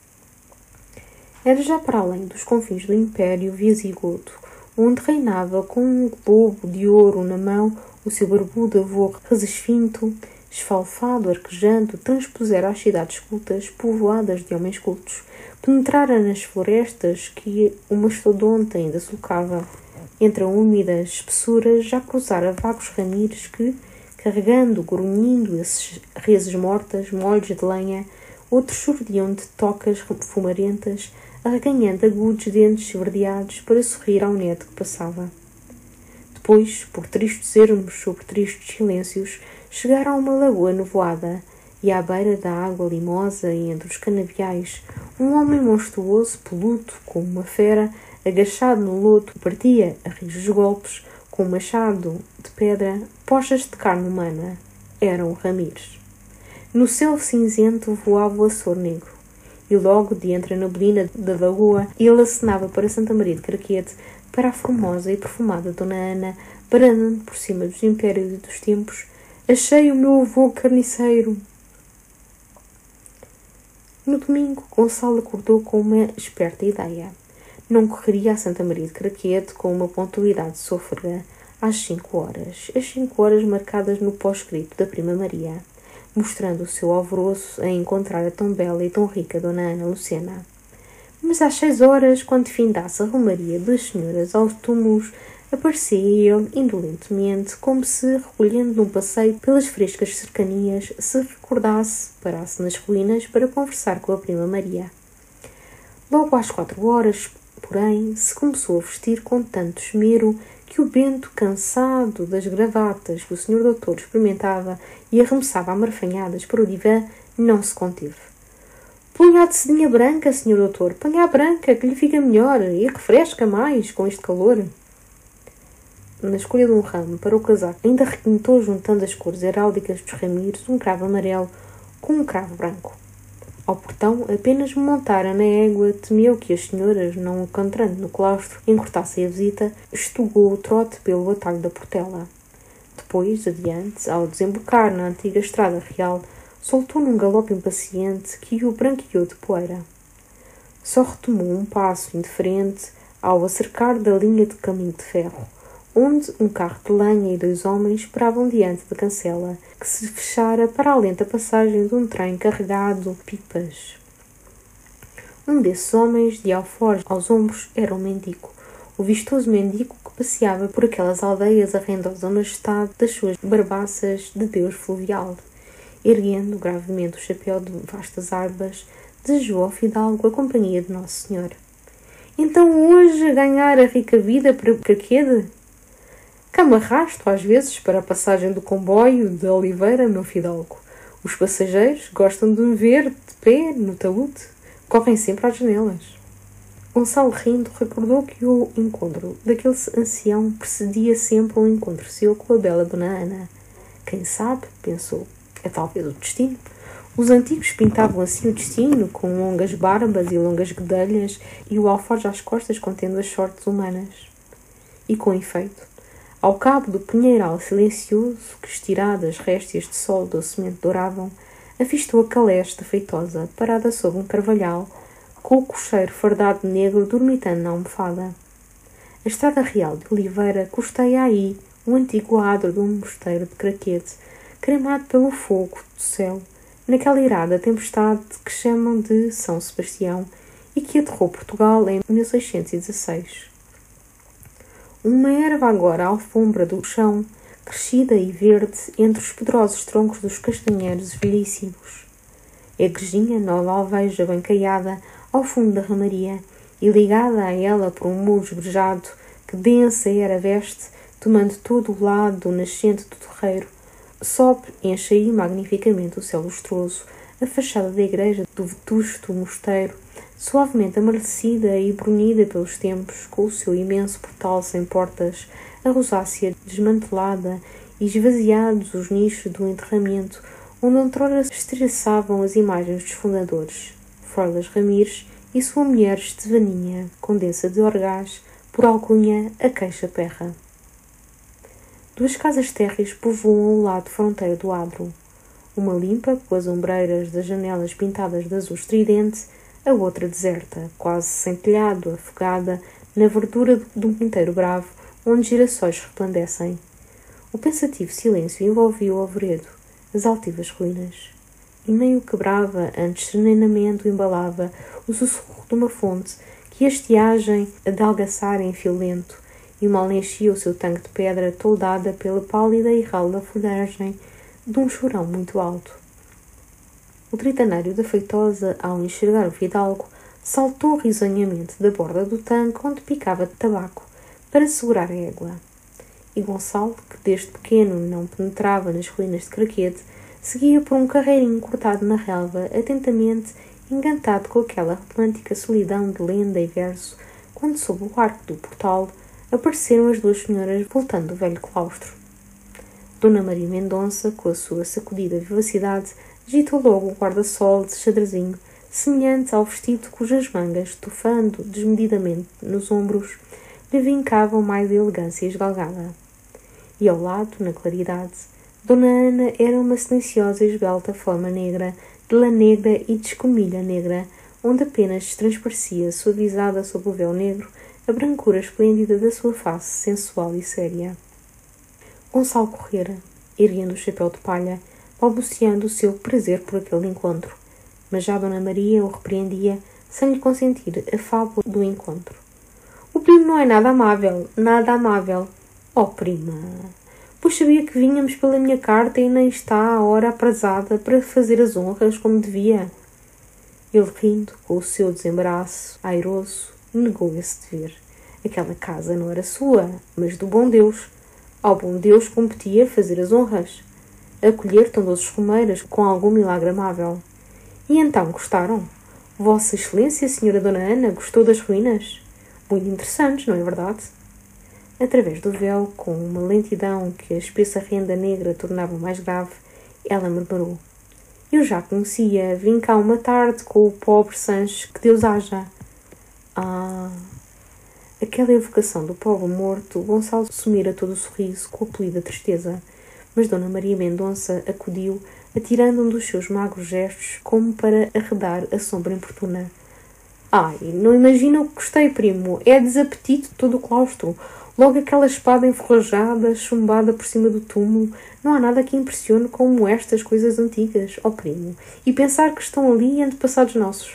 Speaker 1: Era já para além dos confins do Império Visigodo, onde reinava com um globo de ouro na mão o seu barbudo avô resesfinto, esfalfado, arquejando, transpusera as cidades cultas, povoadas de homens cultos, penetrara nas florestas que o mastodonte ainda sulcava, Entre a úmida espessura já cruzara vagos ramires que, carregando, grunhindo esses reses mortas, molhos de lenha, outros surdiam de tocas fumarentas, arreganhando agudos dentes esverdeados para sorrir ao neto que passava. Depois, por tristes ermos sobre tristes silêncios, chegaram a uma lagoa nevoada, e à beira da água limosa e entre os canaviais, um homem monstruoso, peludo, como uma fera, agachado no lodo, partia, a rijos golpes, com um machado de pedra, pochas de carne humana. Eram Ramires. No céu cinzento voava o açor negro, e logo de entre a neblina da lagoa ele acenava para Santa Maria de Craquede, para a formosa e perfumada Dona Ana, parando por cima dos impérios e dos tempos. Achei o meu avô carniceiro. No domingo, Gonçalo acordou com uma esperta ideia. Não correria a Santa Maria de Craquede com uma pontualidade sôfrega às 5 horas, as 5 horas marcadas no pós-escrito da Prima Maria, mostrando o seu alvoroço em encontrar a tão bela e tão rica Dona Ana Lucena. Mas às 6 horas, quando findasse a romaria das senhoras aos túmulos, aparecia ele, indolentemente, como se, recolhendo num passeio pelas frescas cercanias, se recordasse, parasse nas ruínas para conversar com a Prima Maria. Logo às 4 horas, porém, se começou a vestir com tanto esmero que o Bento, cansado das gravatas que o senhor doutor experimentava e arremessava amarfanhadas para o divã, não se conteve. Ponha a de sedinha branca, senhor doutor, ponha a branca, que lhe fica melhor e refresca mais com este calor. Na escolha de um ramo para o casaco, ainda requintou, juntando as cores heráldicas dos ramires, um cravo amarelo com um cravo branco. Ao portão, apenas me montara na égua, temeu que as senhoras, não encontrando no claustro, encurtassem a visita, estugou o trote pelo atalho da Portela. Depois, adiante, ao desembocar na antiga estrada real, soltou num galope impaciente que o branqueou de poeira. Só retomou um passo indiferente ao acercar da linha de caminho de ferro, onde um carro de lenha e 2 homens esperavam diante da cancela, que se fechara para a lenta passagem de um trem carregado de pipas. Um desses homens, de alforje aos ombros, era um mendigo, o vistoso mendigo que passeava por aquelas aldeias a rendosa majestade das suas barbaças de Deus fluvial. Erguendo gravemente o chapéu de vastas arbas, desejou ao fidalgo a companhia de Nosso Senhor. Então hoje ganhar a rica vida para Craquede? Cá me arrasto, às vezes, para a passagem do comboio de Oliveira, meu fidalgo. Os passageiros gostam de me ver de pé no talude. Correm sempre às janelas. Gonçalo, rindo, recordou que o encontro daquele ancião precedia sempre um encontro seu com a bela Dona Ana. Quem sabe, pensou, é talvez o destino. Os antigos pintavam assim o destino, com longas barbas e longas guedelhas e o alforje às costas contendo as sortes humanas. E com efeito, ao cabo do pinheiral silencioso que estiradas réstias de sol docemente douravam, avistou a caleste feitosa, parada sob um carvalhal, com o cocheiro fardado de negro dormitando na almofada. A estrada real de Oliveira costeia aí o antigo adro de um mosteiro de Craquede, cremado pelo fogo do céu, naquela irada tempestade que chamam de São Sebastião e que aterrou Portugal em 1616. Uma erva agora à alfombra do chão, crescida e verde entre os poderosos troncos dos castanheiros velhíssimos. A igrejinha, nova alveja bancaiada ao fundo da ramaria e ligada a ela por um muro esbrejado que densa era veste, tomando todo o lado do nascente do terreiro, sobe e enche aí magnificamente o céu lustroso, a fachada da igreja do vetusto mosteiro, suavemente amarrecida e brunida pelos tempos, com o seu imenso portal sem portas, a rosácea desmantelada e esvaziados os nichos do enterramento, onde outrora estressavam as imagens dos fundadores, Froilas Ramires e sua mulher Estevaninha, condessa de Orgaz, por alcunha a Queixa Perra. 2 casas térreas povoam o lado fronteiro do adro. Uma limpa, com as ombreiras das janelas pintadas de azul estridente, a outra deserta, quase sem telhado, afogada na verdura de um pinteiro bravo, onde girassóis resplandecem. O pensativo silêncio envolvia o alvoredo, as altivas ruínas. E nem o quebrava, antes serenamente o embalava, o sussurro de uma fonte que a estiagem adalgaçara em fio lento, e mal enchia o seu tanque de pedra toldada pela pálida e rala folhagem de um chorão muito alto. O tritanário da Feitosa, ao enxergar o fidalgo, saltou risonhamente da borda do tanque onde picava tabaco para segurar a égua. E Gonçalo, que desde pequeno não penetrava nas ruínas de Craquede, seguia por um carreirinho cortado na relva, atentamente encantado com aquela romântica solidão de lenda e verso, quando sob o arco do portal apareceram as duas senhoras voltando do velho claustro. Dona Maria Mendonça, com a sua sacudida vivacidade, agitou logo o guarda-sol de xadrezinho, semelhante ao vestido cujas mangas, tufando desmedidamente nos ombros, lhe vincavam mais elegância esgalgada. E ao lado, na claridade, Dona Ana era uma silenciosa e esbelta forma negra, de lã negra e de escumilha negra, onde apenas transparecia, suavizada sob o véu negro, a brancura esplêndida da sua face sensual e séria. Gonçalo correra, erguendo o chapéu de palha, balbuciando o seu prazer por aquele encontro, mas já Dona Maria o repreendia, sem lhe consentir a fábula do encontro. O primo não é nada amável, nada amável. Oh, prima, pois sabia que vínhamos pela minha carta e nem está a hora aprazada para fazer as honras como devia. Ele, rindo, com o seu desembaraço airoso, negou esse dever. Aquela casa não era sua, mas do bom Deus. Ao bom Deus competia fazer as honras, acolher tão doces romeiras com algum milagre amável. E então gostaram? Vossa Excelência, Senhora Dona Ana, gostou das ruínas? Muito interessantes, não é verdade? Através do véu, com uma lentidão que a espessa renda negra tornava mais grave, ela murmurou: Eu já conhecia, vim cá uma tarde com o pobre Sanches, que Deus haja. Ah! Aquela evocação do pobre morto, Gonçalo sumira todo o sorriso com apelida tristeza, mas Dona Maria Mendonça acudiu, atirando um dos seus magros gestos como para arredar a sombra importuna. Ai, não imagina o que gostei, primo. É desapetite todo o claustro. Logo aquela espada enferrujada, chumbada por cima do túmulo. Não há nada que impressione como estas coisas antigas, ó primo. E pensar que estão ali antepassados nossos.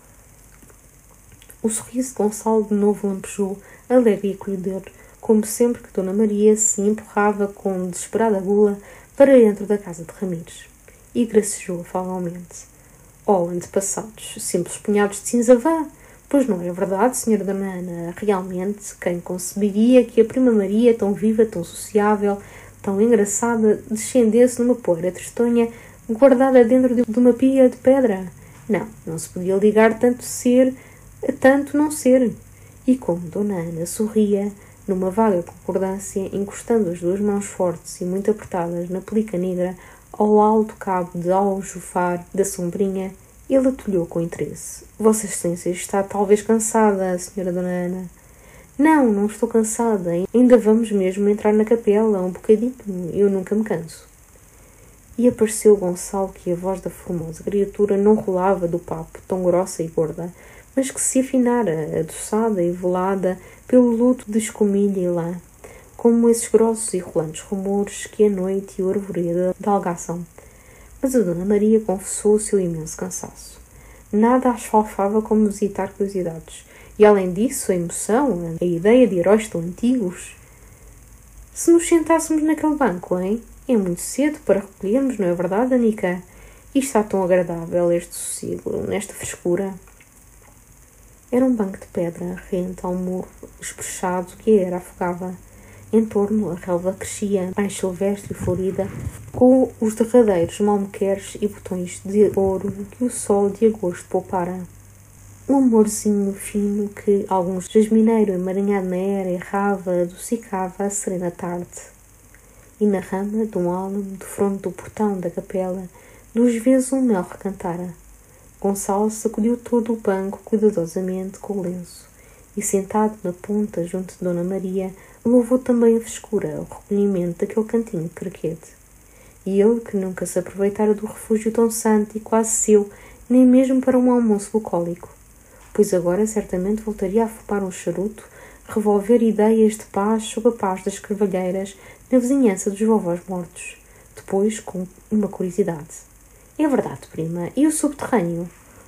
Speaker 1: O sorriso de Gonçalo de novo lampejou, alegre e acolhedor, como sempre que Dona Maria se empurrava com desesperada gula para dentro da casa de Ramires. E gracejou afavelmente. Oh, antepassados, simples punhados de cinza vã. Pois não é verdade, senhora Dona Ana? Realmente, quem conceberia que a prima Maria, tão viva, tão sociável, tão engraçada, descendesse numa poeira tristonha guardada dentro de uma pia de pedra? Não, não se podia ligar tanto ser a tanto não ser. E como Dona Ana sorria, numa vaga concordância, encostando as duas mãos fortes e muito apertadas na pelica negra ao alto cabo de aljofar da sombrinha, ele atulhou com interesse. Vossa Excelência está talvez cansada, senhora Dona Ana. Não, não estou cansada. Ainda vamos mesmo entrar na capela, um bocadinho. Eu nunca me canso. E apareceu Gonçalo que a voz da formosa criatura não rolava do papo, tão grossa e gorda, mas que se afinara, adoçada e velada pelo luto de escumilha e lã, como esses grossos e rolantes rumores que a noite e o arvoredo dalgaçam. Mas a Dona Maria confessou o seu imenso cansaço. Nada as faltava como visitar curiosidades. E além disso, a emoção, a ideia de heróis tão antigos. Se nos sentássemos naquele banco, hein? É muito cedo para recolhermos, não é verdade, Anica? E está tão agradável este sossego, nesta frescura. Era um banco de pedra rente ao muro esprechado que a era afogava. Em torno, a relva crescia, mais silvestre e florida, com os derradeiros malmequeres e botões de ouro que o sol de agosto poupara. Um amorzinho fino que algum jasmineiro emaranhado na era errava, adocicava a serena tarde. E na rama de um álamo, defronte do portão da capela, 2 vezes um mel recantara. Gonçalo sacudiu todo o banco cuidadosamente com o lenço, e sentado na ponta junto de Dona Maria, louvou também a frescura, o recolhimento daquele cantinho de Craquede. E ele, que nunca se aproveitara do refúgio tão santo e quase seu, nem mesmo para um almoço bucólico, pois agora certamente voltaria a fumar um charuto, revolver ideias de paz sob a paz das carvalheiras na vizinhança dos vovós mortos. Depois, com uma curiosidade: É verdade, prima, e o subterrâneo?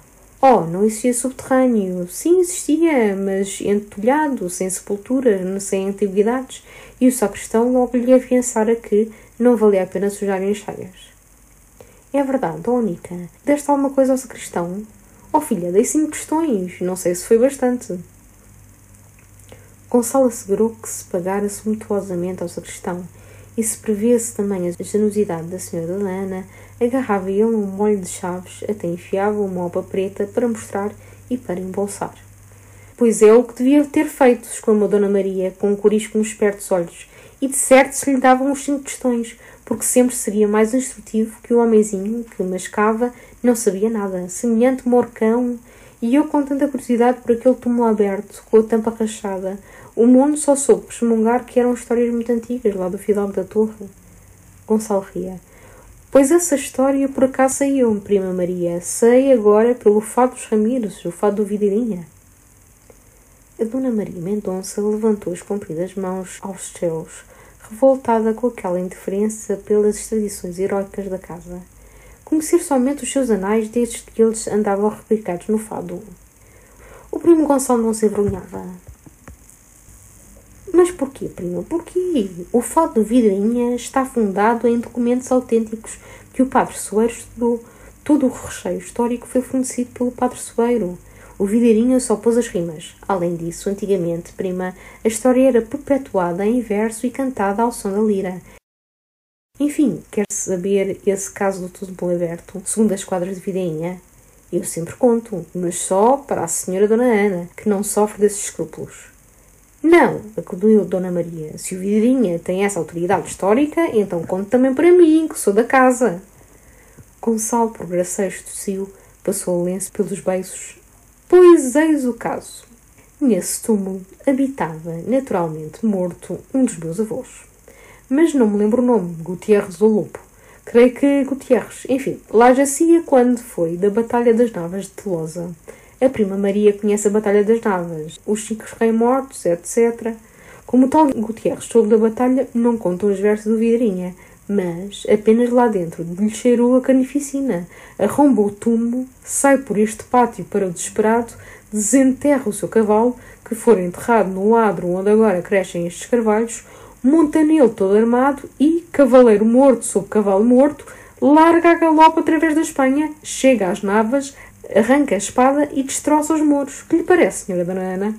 Speaker 1: Oh, não existia subterrâneo. Sim, existia, mas entulhado, sem sepultura, sem antiguidades, e o sacristão logo lhe afiançara que não valia a pena sujarem as saias. É verdade, ó Nica, deste alguma coisa ao sacristão? Oh filha, dei 5 questões, não sei se foi bastante. Gonçalo assegurou que se pagara sumptuosamente ao sacristão, e se prevê-se também a generosidade da senhora Dona Ana, agarrava ele um molho de chaves, até enfiava uma opa preta para mostrar e para embolsar. Pois é o que devia ter feito, exclamou Dona Maria, com um corisco nos espertos olhos, e de certo se lhe davam os 5 questões, porque sempre seria mais instrutivo que o homenzinho que mascava não sabia nada, semelhante morcão, e eu com tanta curiosidade por aquele túmulo aberto, com a tampa rachada. O mundo só soube resmungar que eram histórias muito antigas, lá do Fidalgo da Torre. Gonçalo ria. Pois essa história por acaso sei eu, prima Maria. Sei agora pelo fado dos Ramires, o fado do Videirinha. A Dona Maria Mendonça levantou as compridas mãos aos céus, revoltada com aquela indiferença pelas tradições heróicas da casa. Conhecer somente os seus anais desde que eles andavam replicados no fado. O primo Gonçalo não se envergonhava. Mas porquê, prima? Porquê? O fado do Videirinha está fundado em documentos autênticos que o padre Soeiro estudou. Todo o recheio histórico foi fornecido pelo padre Soeiro. O Videirinha só pôs as rimas. Além disso, antigamente, prima, a história era perpetuada em verso e cantada ao som da lira. Enfim, quer saber esse caso do túmulo aberto, segundo as quadras de Videirinha? Eu sempre conto, mas só para a senhora Dona Ana, que não sofre desses escrúpulos. Não, acudiu Dona Maria. Se o Videirinha tem essa autoridade histórica, então conte também para mim, que sou da casa. Gonçalo, por graceiros, tossiu, passou o lenço pelos beiços. Pois eis o caso. Nesse túmulo habitava, naturalmente morto, um dos meus avós. Mas não me lembro o nome, Gutierres ou Lobo. Creio que Gutierres. Enfim, lá jacia quando foi da Batalha das Navas de Telosa. A prima Maria conhece a Batalha das Navas, os 5 reis mortos, etc. Como tal Gutierres soube da batalha, não contam os versos do Videirinha, mas apenas lá dentro lhe cheirou a carnificina, arromba o túmulo, sai por este pátio para o desesperado, desenterra o seu cavalo, que fora enterrado no adro onde agora crescem estes carvalhos, monta nele todo armado e, cavaleiro morto sob cavalo morto, larga a galope através da Espanha, chega às Navas, arranca a espada e destroça os mouros. Que lhe parece, senhora Dona Ana?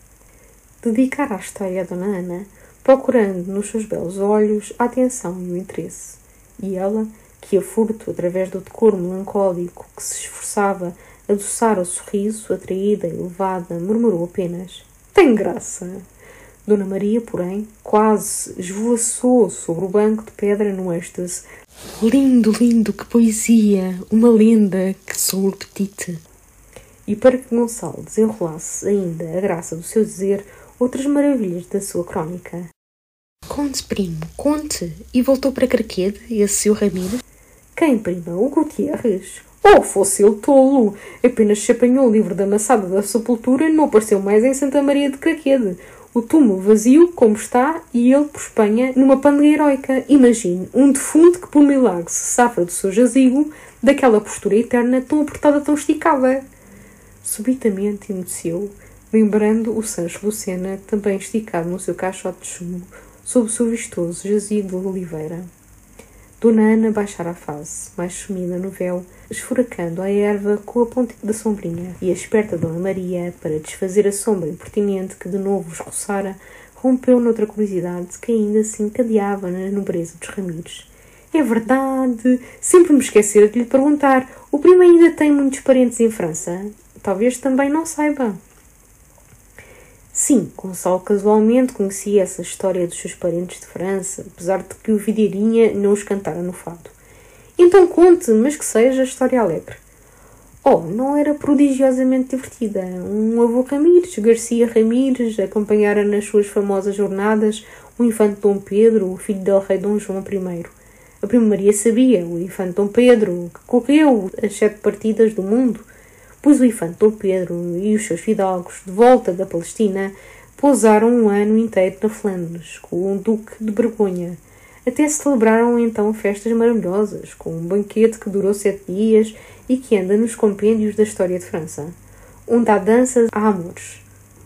Speaker 1: Dedicar à história a Dona Ana, procurando nos seus belos olhos a atenção e o interesse. E ela, que a furto, através do decoro melancólico que se esforçava a adoçar o sorriso, atraída e levada, murmurou apenas: tem graça. Dona Maria, porém, quase esvoaçou sobre o banco de pedra no êxtase. Lindo, lindo, que poesia! Uma lenda, que sou petite. E para que Gonçalo desenrolasse ainda a graça do seu dizer, outras maravilhas da sua crónica. Conte, primo, conte! E voltou para Carquede, esse seu Ramiro? Quem, prima? O Gutierres? Oh, fosse ele tolo! Apenas se apanhou o livro da maçada da sepultura e não apareceu mais em Santa Maria de Carquede. O túmulo vazio, como está, e ele por Espanha numa pândega heroica. Imagine, um defunto que por milagre se safra do seu jazigo, daquela postura eterna tão apertada, tão esticada. Subitamente emudeceu, lembrando o Sancho Lucena, também esticado no seu caixote de chumbo, sob o seu vistoso jazigo de oliveira. Dona Ana baixara a face, mais sumida no véu, esfuracando a erva com a pontinha da sombrinha, e a esperta Dona Maria, para desfazer a sombra impertinente que de novo os roçara, rompeu noutra curiosidade que ainda se encadeava na nobreza dos Ramires. É verdade! Sempre me esquecera de lhe perguntar. O primo ainda tem muitos parentes em França? Talvez também não saiba. Sim, Gonçalo casualmente conhecia essa história dos seus parentes de França, apesar de que o Videirinha não os cantara no fado. Então conte, mas que seja história alegre. Oh, não era prodigiosamente divertida. Um avô Ramires, Garcia Ramires, acompanhara nas suas famosas jornadas o infante Dom Pedro, o filho del rei Dom João I. A prima Maria sabia, o infante Dom Pedro, que correu as 7 partidas do mundo, pois o infante Dom Pedro e os seus fidalgos, de volta da Palestina, pousaram um ano inteiro na Flandres, com o duque de Borgonha. Até se celebraram então festas maravilhosas, com um banquete que durou 7 dias e que anda nos compêndios da história de França, onde há danças há amores.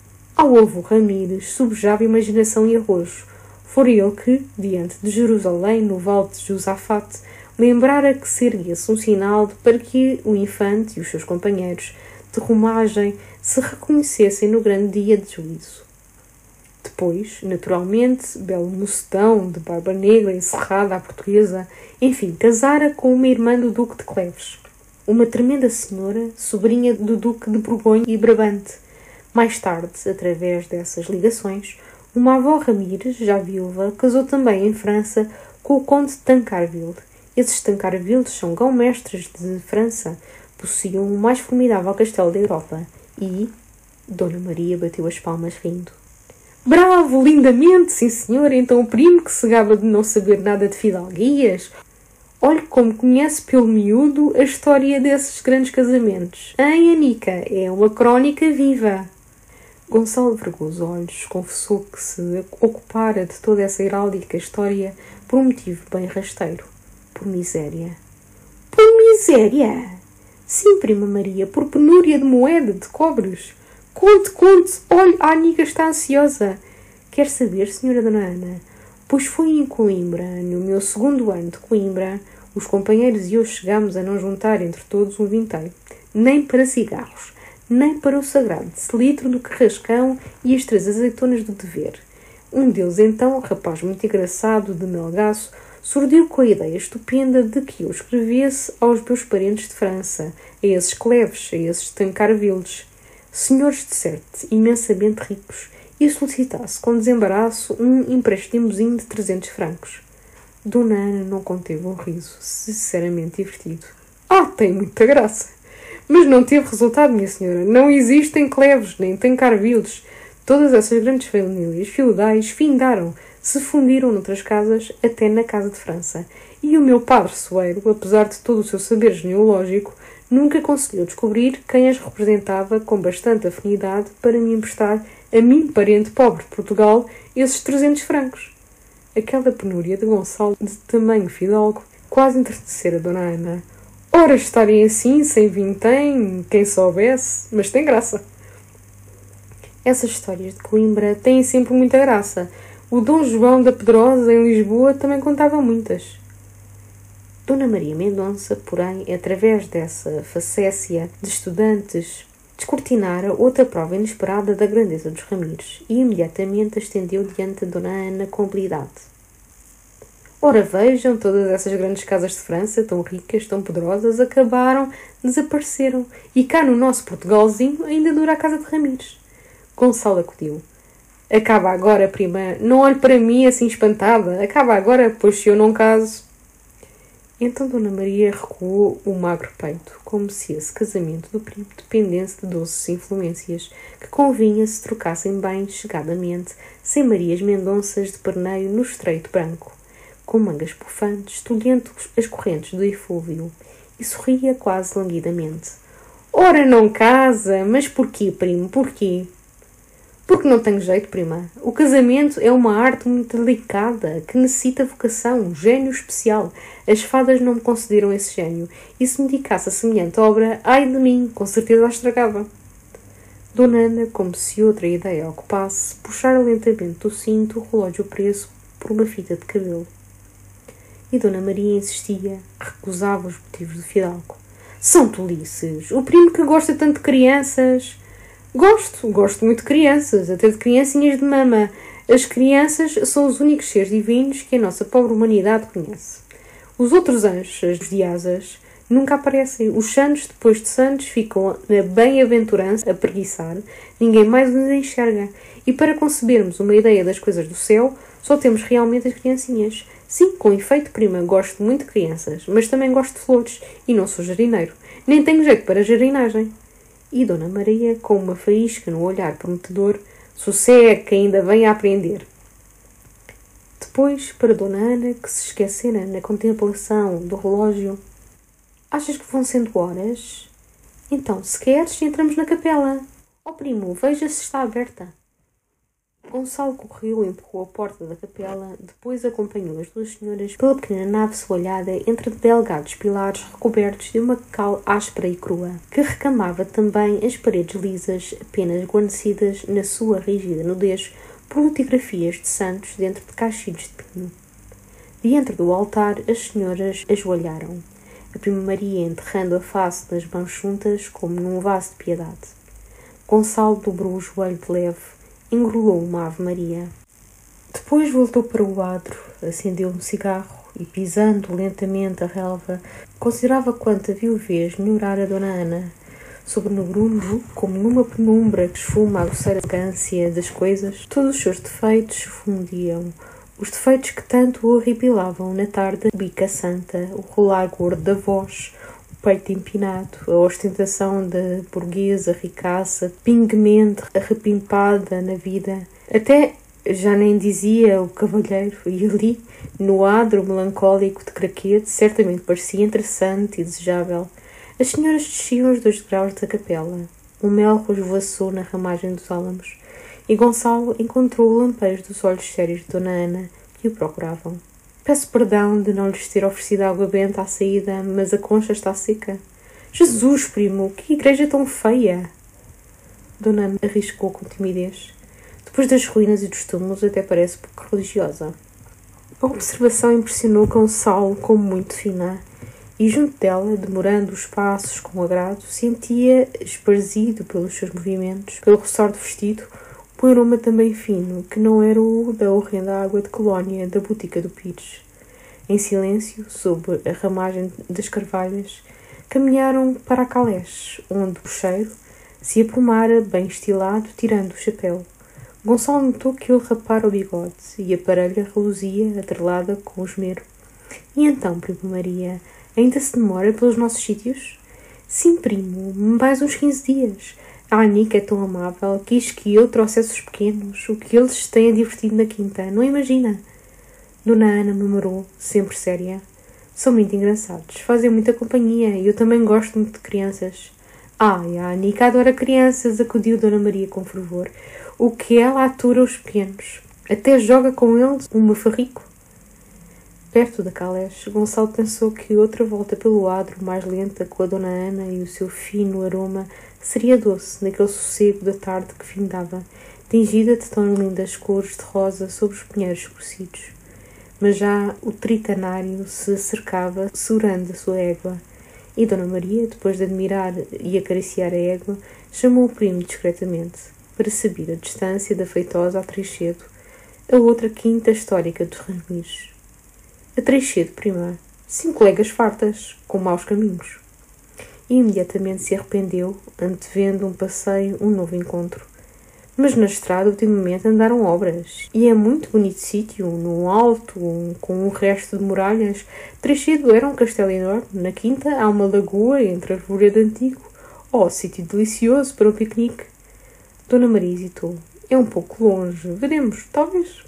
Speaker 1: Ao ovo Ramires subjava imaginação e arrojo. Fora ele que, diante de Jerusalém, no vale de Josafate, lembrara que se erguesse um sinal para que o infante e os seus companheiros de romagem se reconhecessem no grande dia de juízo. Depois, naturalmente, belo mocetão, de barba negra e cerrada à portuguesa, enfim, casara com uma irmã do Duque de Cleves, uma tremenda senhora, sobrinha do Duque de Borgonha e Brabante. Mais tarde, através dessas ligações, uma avó Ramires, já viúva, casou também em França com o conde de Tancarville. Esses Tancarvilles são grão-mestres de França, possuíam o mais formidável castelo da Europa e Dona Maria bateu as palmas rindo. Bravo, lindamente, sim senhor, então o primo que se gaba de não saber nada de fidalguias. Olhe como conhece pelo miúdo a história desses grandes casamentos. Hein, Anica? É uma crónica viva. Gonçalo vergou os olhos, confessou que se ocupara de toda essa heráldica história por um motivo bem rasteiro. Por miséria. Por miséria? Sim, prima Maria, por penúria de moeda, de cobres. Conte, olhe, a Anica está ansiosa. Quer saber, senhora Dona Ana? Pois foi em Coimbra, no meu 2º ano de Coimbra, os companheiros e eu chegámos a não juntar entre todos um vinteiro, nem para cigarros, nem para o sagrado selitro do carrascão e as 3 azeitonas do dever. Um deles, então, rapaz muito engraçado, de Melgaço, surdiu com a ideia estupenda de que eu escrevesse aos meus parentes de França, a esses Cleves, a esses Tancarvilles, senhores de certo, imensamente ricos, e solicitasse com desembaraço um empréstimozinho de 300 francos. Dona Ana não conteve um riso, sinceramente divertido. Tem muita graça! Mas não teve resultado, minha senhora. Não existem Cleves, nem Tancarvilles. Todas essas grandes famílias feudais findaram, se fundiram noutras casas, até na Casa de França. E o meu padre Soeiro, apesar de todo o seu saber genealógico, nunca conseguiu descobrir quem as representava com bastante afinidade para me emprestar, a mim, parente pobre de Portugal, esses 300 francos. Aquela penúria de Gonçalo, de tamanho fidalgo, quase enternecera a Dona Ana. Ora, estarem assim, sem vintém, quem soubesse, mas tem graça. Essas histórias de Coimbra têm sempre muita graça. O Dom João da Pedrosa, em Lisboa, também contava muitas. Dona Maria Mendonça, porém, através dessa facécia de estudantes, descortinara outra prova inesperada da grandeza dos Ramires e imediatamente a estendeu diante de Dona Ana com habilidade. Ora vejam, todas essas grandes casas de França, tão ricas, tão poderosas, acabaram, desapareceram, e cá no nosso Portugalzinho ainda dura a casa de Ramires. Gonçalo acudiu. Acaba agora, prima, não olhe para mim assim espantada, acaba agora, pois se eu não caso... Então Dona Maria recuou o magro peito, como se esse casamento do primo dependesse de doces influências que convinha se trocassem bem chegadamente, sem Marias Mendonças de perneio no estreito branco, com mangas pufantes, tolhendo as correntes do eflúvio, e sorria quase languidamente. Ora, não casa, mas porquê, primo, porquê? Porque não tenho jeito, prima. O casamento é uma arte muito delicada, que necessita vocação, gênio especial. As fadas não me concederam esse gênio, e se me dedicasse a semelhante obra, ai de mim, com certeza a estragava. Dona Ana, como se outra ideia a ocupasse, puxara lentamente do cinto o relógio preso por uma fita de cabelo. E Dona Maria insistia, recusava os motivos do fidalgo. São tolices! O primo que gosta tanto de crianças... Gosto muito de crianças, até de criancinhas de mama. As crianças são os únicos seres divinos que a nossa pobre humanidade conhece. Os outros anjos, as diasas, nunca aparecem. Os santos, depois de santos, ficam na bem-aventurança a preguiçar. Ninguém mais os enxerga. E para concebermos uma ideia das coisas do céu, só temos realmente as criancinhas. Sim, com efeito, prima, gosto muito de crianças, mas também gosto de flores, e não sou jardineiro. Nem tenho jeito para jardinagem. E Dona Maria, com uma faísca no olhar prometedor, sossega que ainda vem a aprender. Depois, para Dona Ana, que se esquecera na contemplação do relógio, achas que vão sendo horas? Então, se queres, entramos na capela. Ó primo, veja se está aberta. Gonçalo correu e empurrou a porta da capela, depois acompanhou as duas senhoras pela pequena nave soalhada entre delgados pilares recobertos de uma cal áspera e crua, que recamava também as paredes lisas, apenas guarnecidas na sua rígida nudez por litigrafias de santos dentro de caixilhos de pinho. Diante do altar, as senhoras ajoelharam, a prima Maria enterrando a face nas mãos juntas como num vaso de piedade. Gonçalo dobrou o joelho de leve, engrolou uma Ave Maria. Depois voltou para o adro, acendeu um cigarro e, pisando lentamente a relva, considerava quanta viuvez melhorara Dona Ana. Sobre no grumo, como numa penumbra que esfuma a grosseira elegância das coisas, todos os seus defeitos se fundiam. Os defeitos que tanto o horripilavam na tarde bica santa, o rolar gordo da voz, o peito empinado, a ostentação da burguesa ricaça, pinguemente arrepimpada na vida. Até já nem dizia o cavalheiro, e ali, no adro melancólico de craquete, certamente parecia interessante e desejável. As senhoras desciam os 2 degraus da capela. Um melro esvoaçou na ramagem dos álamos, e Gonçalo encontrou o lampejo dos olhos sérios de Dona Ana, que o procuravam. Peço perdão de não lhes ter oferecido água benta à saída, mas a concha está seca. Jesus, primo, que igreja tão feia! Dona Ana arriscou com timidez. Depois das ruínas e dos túmulos, até parece pouco religiosa. A observação impressionou Gonçalo como muito fina, e junto dela, demorando os passos com agrado, sentia, esparzido pelos seus movimentos, pelo roçar do vestido, um aroma também fino, que não era o da horrenda água de colónia da botica do Pires. Em silêncio, sob a ramagem das carvalhas, caminharam para a caleche, onde o cheiro se aprumara bem estilado, tirando o chapéu. Gonçalo notou que ele rapara o bigode, e a parelha reluzia, atrelada com o esmero. E então, prima Maria, ainda se demora pelos nossos sítios? Sim, primo, mais uns 15 dias. A Anica é tão amável, quis que eu trouxesse os pequenos, o que eles têm divertido na quinta, não imagina? Dona Ana murmurou, sempre séria. São muito engraçados, fazem muita companhia e eu também gosto muito de crianças. Ai, a Anica adora crianças, acudiu Dona Maria com fervor. O que ela atura os pequenos. Até joga com eles um mafarrico. Perto da caleche, Gonçalo pensou que outra volta pelo adro, mais lenta, com a Dona Ana e o seu fino aroma, seria doce naquele sossego da tarde que findava, tingida de tão lindas cores de rosa sobre os pinheiros escurecidos. Mas já o tritanário se acercava, segurando a sua égua, e Dona Maria, depois de admirar e acariciar a égua, chamou o primo discretamente, para saber a distância da feitosa a Treixedo, a outra quinta histórica dos Ramires. A Treixedo, prima, 5 léguas fartas, com maus caminhos. E imediatamente se arrependeu, antevendo um passeio, um novo encontro. Mas na estrada ultimamente andaram obras, e é muito bonito sítio, no alto, com um resto de muralhas. Treixedo era um castelo enorme, na quinta há uma lagoa entre arvoredo antigo. Oh, sítio delicioso para um piquenique. Dona Maria hesitou. É um pouco longe, veremos, talvez.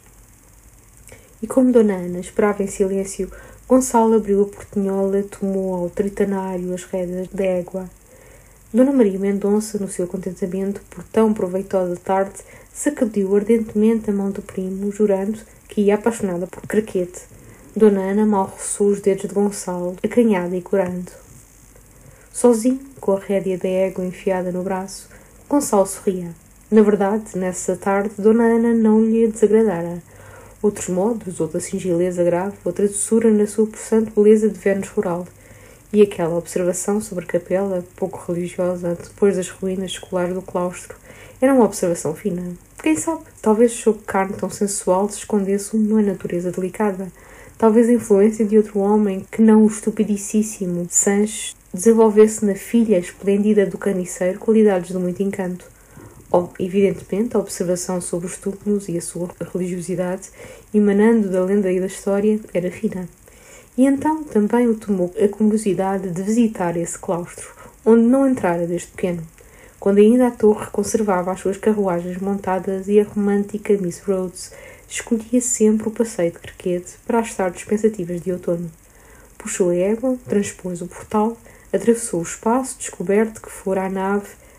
Speaker 1: E como Dona Ana esperava em silêncio, Gonçalo abriu a portinhola, tomou ao tritanário as rédeas da égua. Dona Maria Mendonça, no seu contentamento por tão proveitosa tarde, sacudiu ardentemente a mão do primo, jurando que ia apaixonada por craquete. Dona Ana mal roçou os dedos de Gonçalo, acanhada e corando. Sozinho, com a rédea da égua enfiada no braço, Gonçalo sorria. Na verdade, nessa tarde, Dona Ana não lhe desagradara. Outros modos, outra singeleza grave, outra doçura na sua possante beleza de Vênus rural. E aquela observação sobre a capela, pouco religiosa, depois das ruínas escolares do claustro, era uma observação fina. Quem sabe, talvez sob carne tão sensual se escondesse uma natureza delicada. Talvez a influência de outro homem que não o estupidicíssimo Sanches desenvolvesse na filha esplêndida do caniceiro qualidades de muito encanto. Evidentemente, a observação sobre os túmulos e a sua religiosidade, emanando da lenda e da história, era fina. E então também o tomou a curiosidade de visitar esse claustro, onde não entrara desde pequeno, quando ainda a torre conservava as suas carruagens montadas e a romântica Miss Rhodes escolhia sempre o passeio de craquete para as tardes pensativas de outono. Puxou a égua, transpôs o portal, atravessou o espaço descoberto que fora a nave,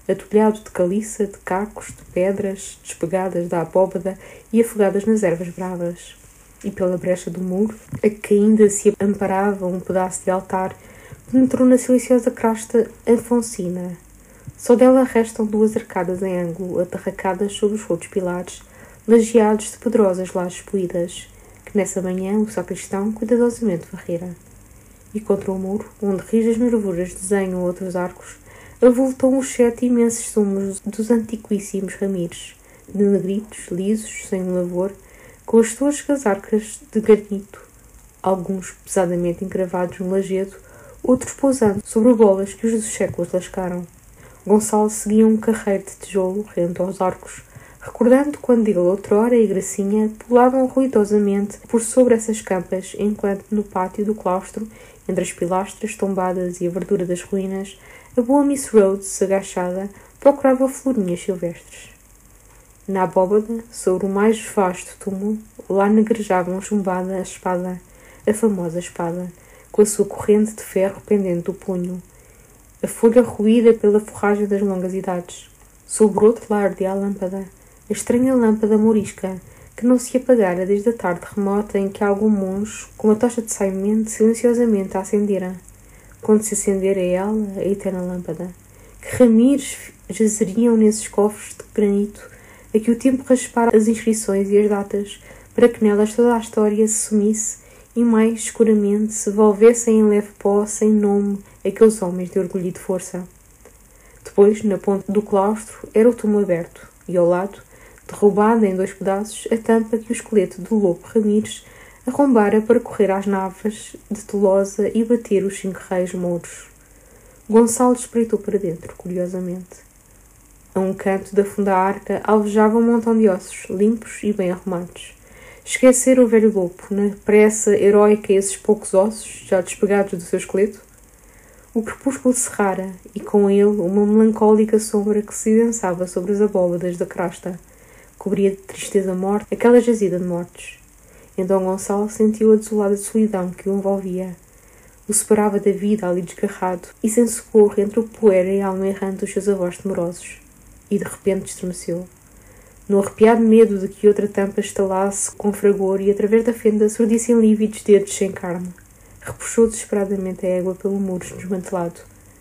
Speaker 1: atulhado de caliça, de cacos, de pedras, despegadas da abóbada e afogadas nas ervas bravas. E pela brecha do muro, a que ainda se amparava um pedaço de altar, penetrou na silenciosa crasta afonsina. Só dela restam 2 arcadas em ângulo, atarracadas sob os rotos pilares, lajeados de pedrosas lajes polidas, que nessa manhã o sacristão cuidadosamente varrera. E contra o muro, onde rijas nervuras desenham outros arcos, avultam os 7 imensos sumos dos antiquíssimos ramires, de negritos, lisos, sem um lavor, com as suas casarcas de granito, alguns pesadamente encravados no lajedo, outros pousando sobre bolas que os séculos lascaram. Gonçalo seguia um carreiro de tijolo rente aos arcos, recordando quando ele, outrora e Gracinha, pulavam ruidosamente por sobre essas campas, enquanto no pátio do claustro, entre as pilastras tombadas e a verdura das ruínas, a boa Miss Rhodes, agachada, procurava florinhas silvestres. Na abóbada, sobre o mais vasto túmulo, lá negrejavam chumbada a espada, a famosa espada, com a sua corrente de ferro pendente do punho, a folha roída pela forragem das longas idades. Sobre o outro lar ardia a lâmpada, a estranha lâmpada morisca, que não se apagara desde a tarde remota em que algum monge, com uma tocha de saimento, silenciosamente a acendera. Quando se acendera ela, a eterna lâmpada, que ramires jazeriam nesses cofres de granito, a que o tempo raspara as inscrições e as datas, para que nelas toda a história se sumisse e mais escuramente se volvessem em leve pó sem nome aqueles homens de orgulho e de força. Depois, na ponta do claustro, era o túmulo aberto, e ao lado, derrubada em 2 pedaços, a tampa que o esqueleto do Lobo Ramires arrombara para correr às naves de Tolosa e bater os 5 reis mouros. Gonçalo espreitou para dentro, curiosamente. A um canto da funda arca alvejava um montão de ossos, limpos e bem arrumados. Esquecera o velho lobo, na pressa heroica esses poucos ossos, já despegados do seu esqueleto? O crepúsculo cerrara, e com ele uma melancólica sombra que se dançava sobre as abóbadas da crasta, cobria de tristeza morte aquela jazida de mortos. Então Gonçalo sentiu a desolada solidão que o envolvia. O separava da vida ali desgarrado e sem socorro entre o poeira e a alma errante dos seus avós temerosos. E de repente estremeceu. No arrepiado medo de que outra tampa estalasse com fragor e através da fenda surdissem lívidos dedos sem carne. Repuxou desesperadamente a égua pelo muro desmantelado.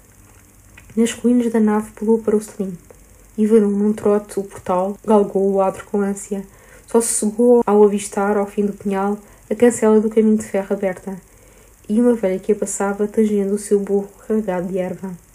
Speaker 1: Nas ruínas da nave pulou para o selim. E varou num trote o portal, galgou o adro com ânsia. Só se sossegou ao avistar, ao fim do pinhal, a cancela do caminho de ferro aberta. E uma velha que a passava tangendo o seu burro carregado de erva.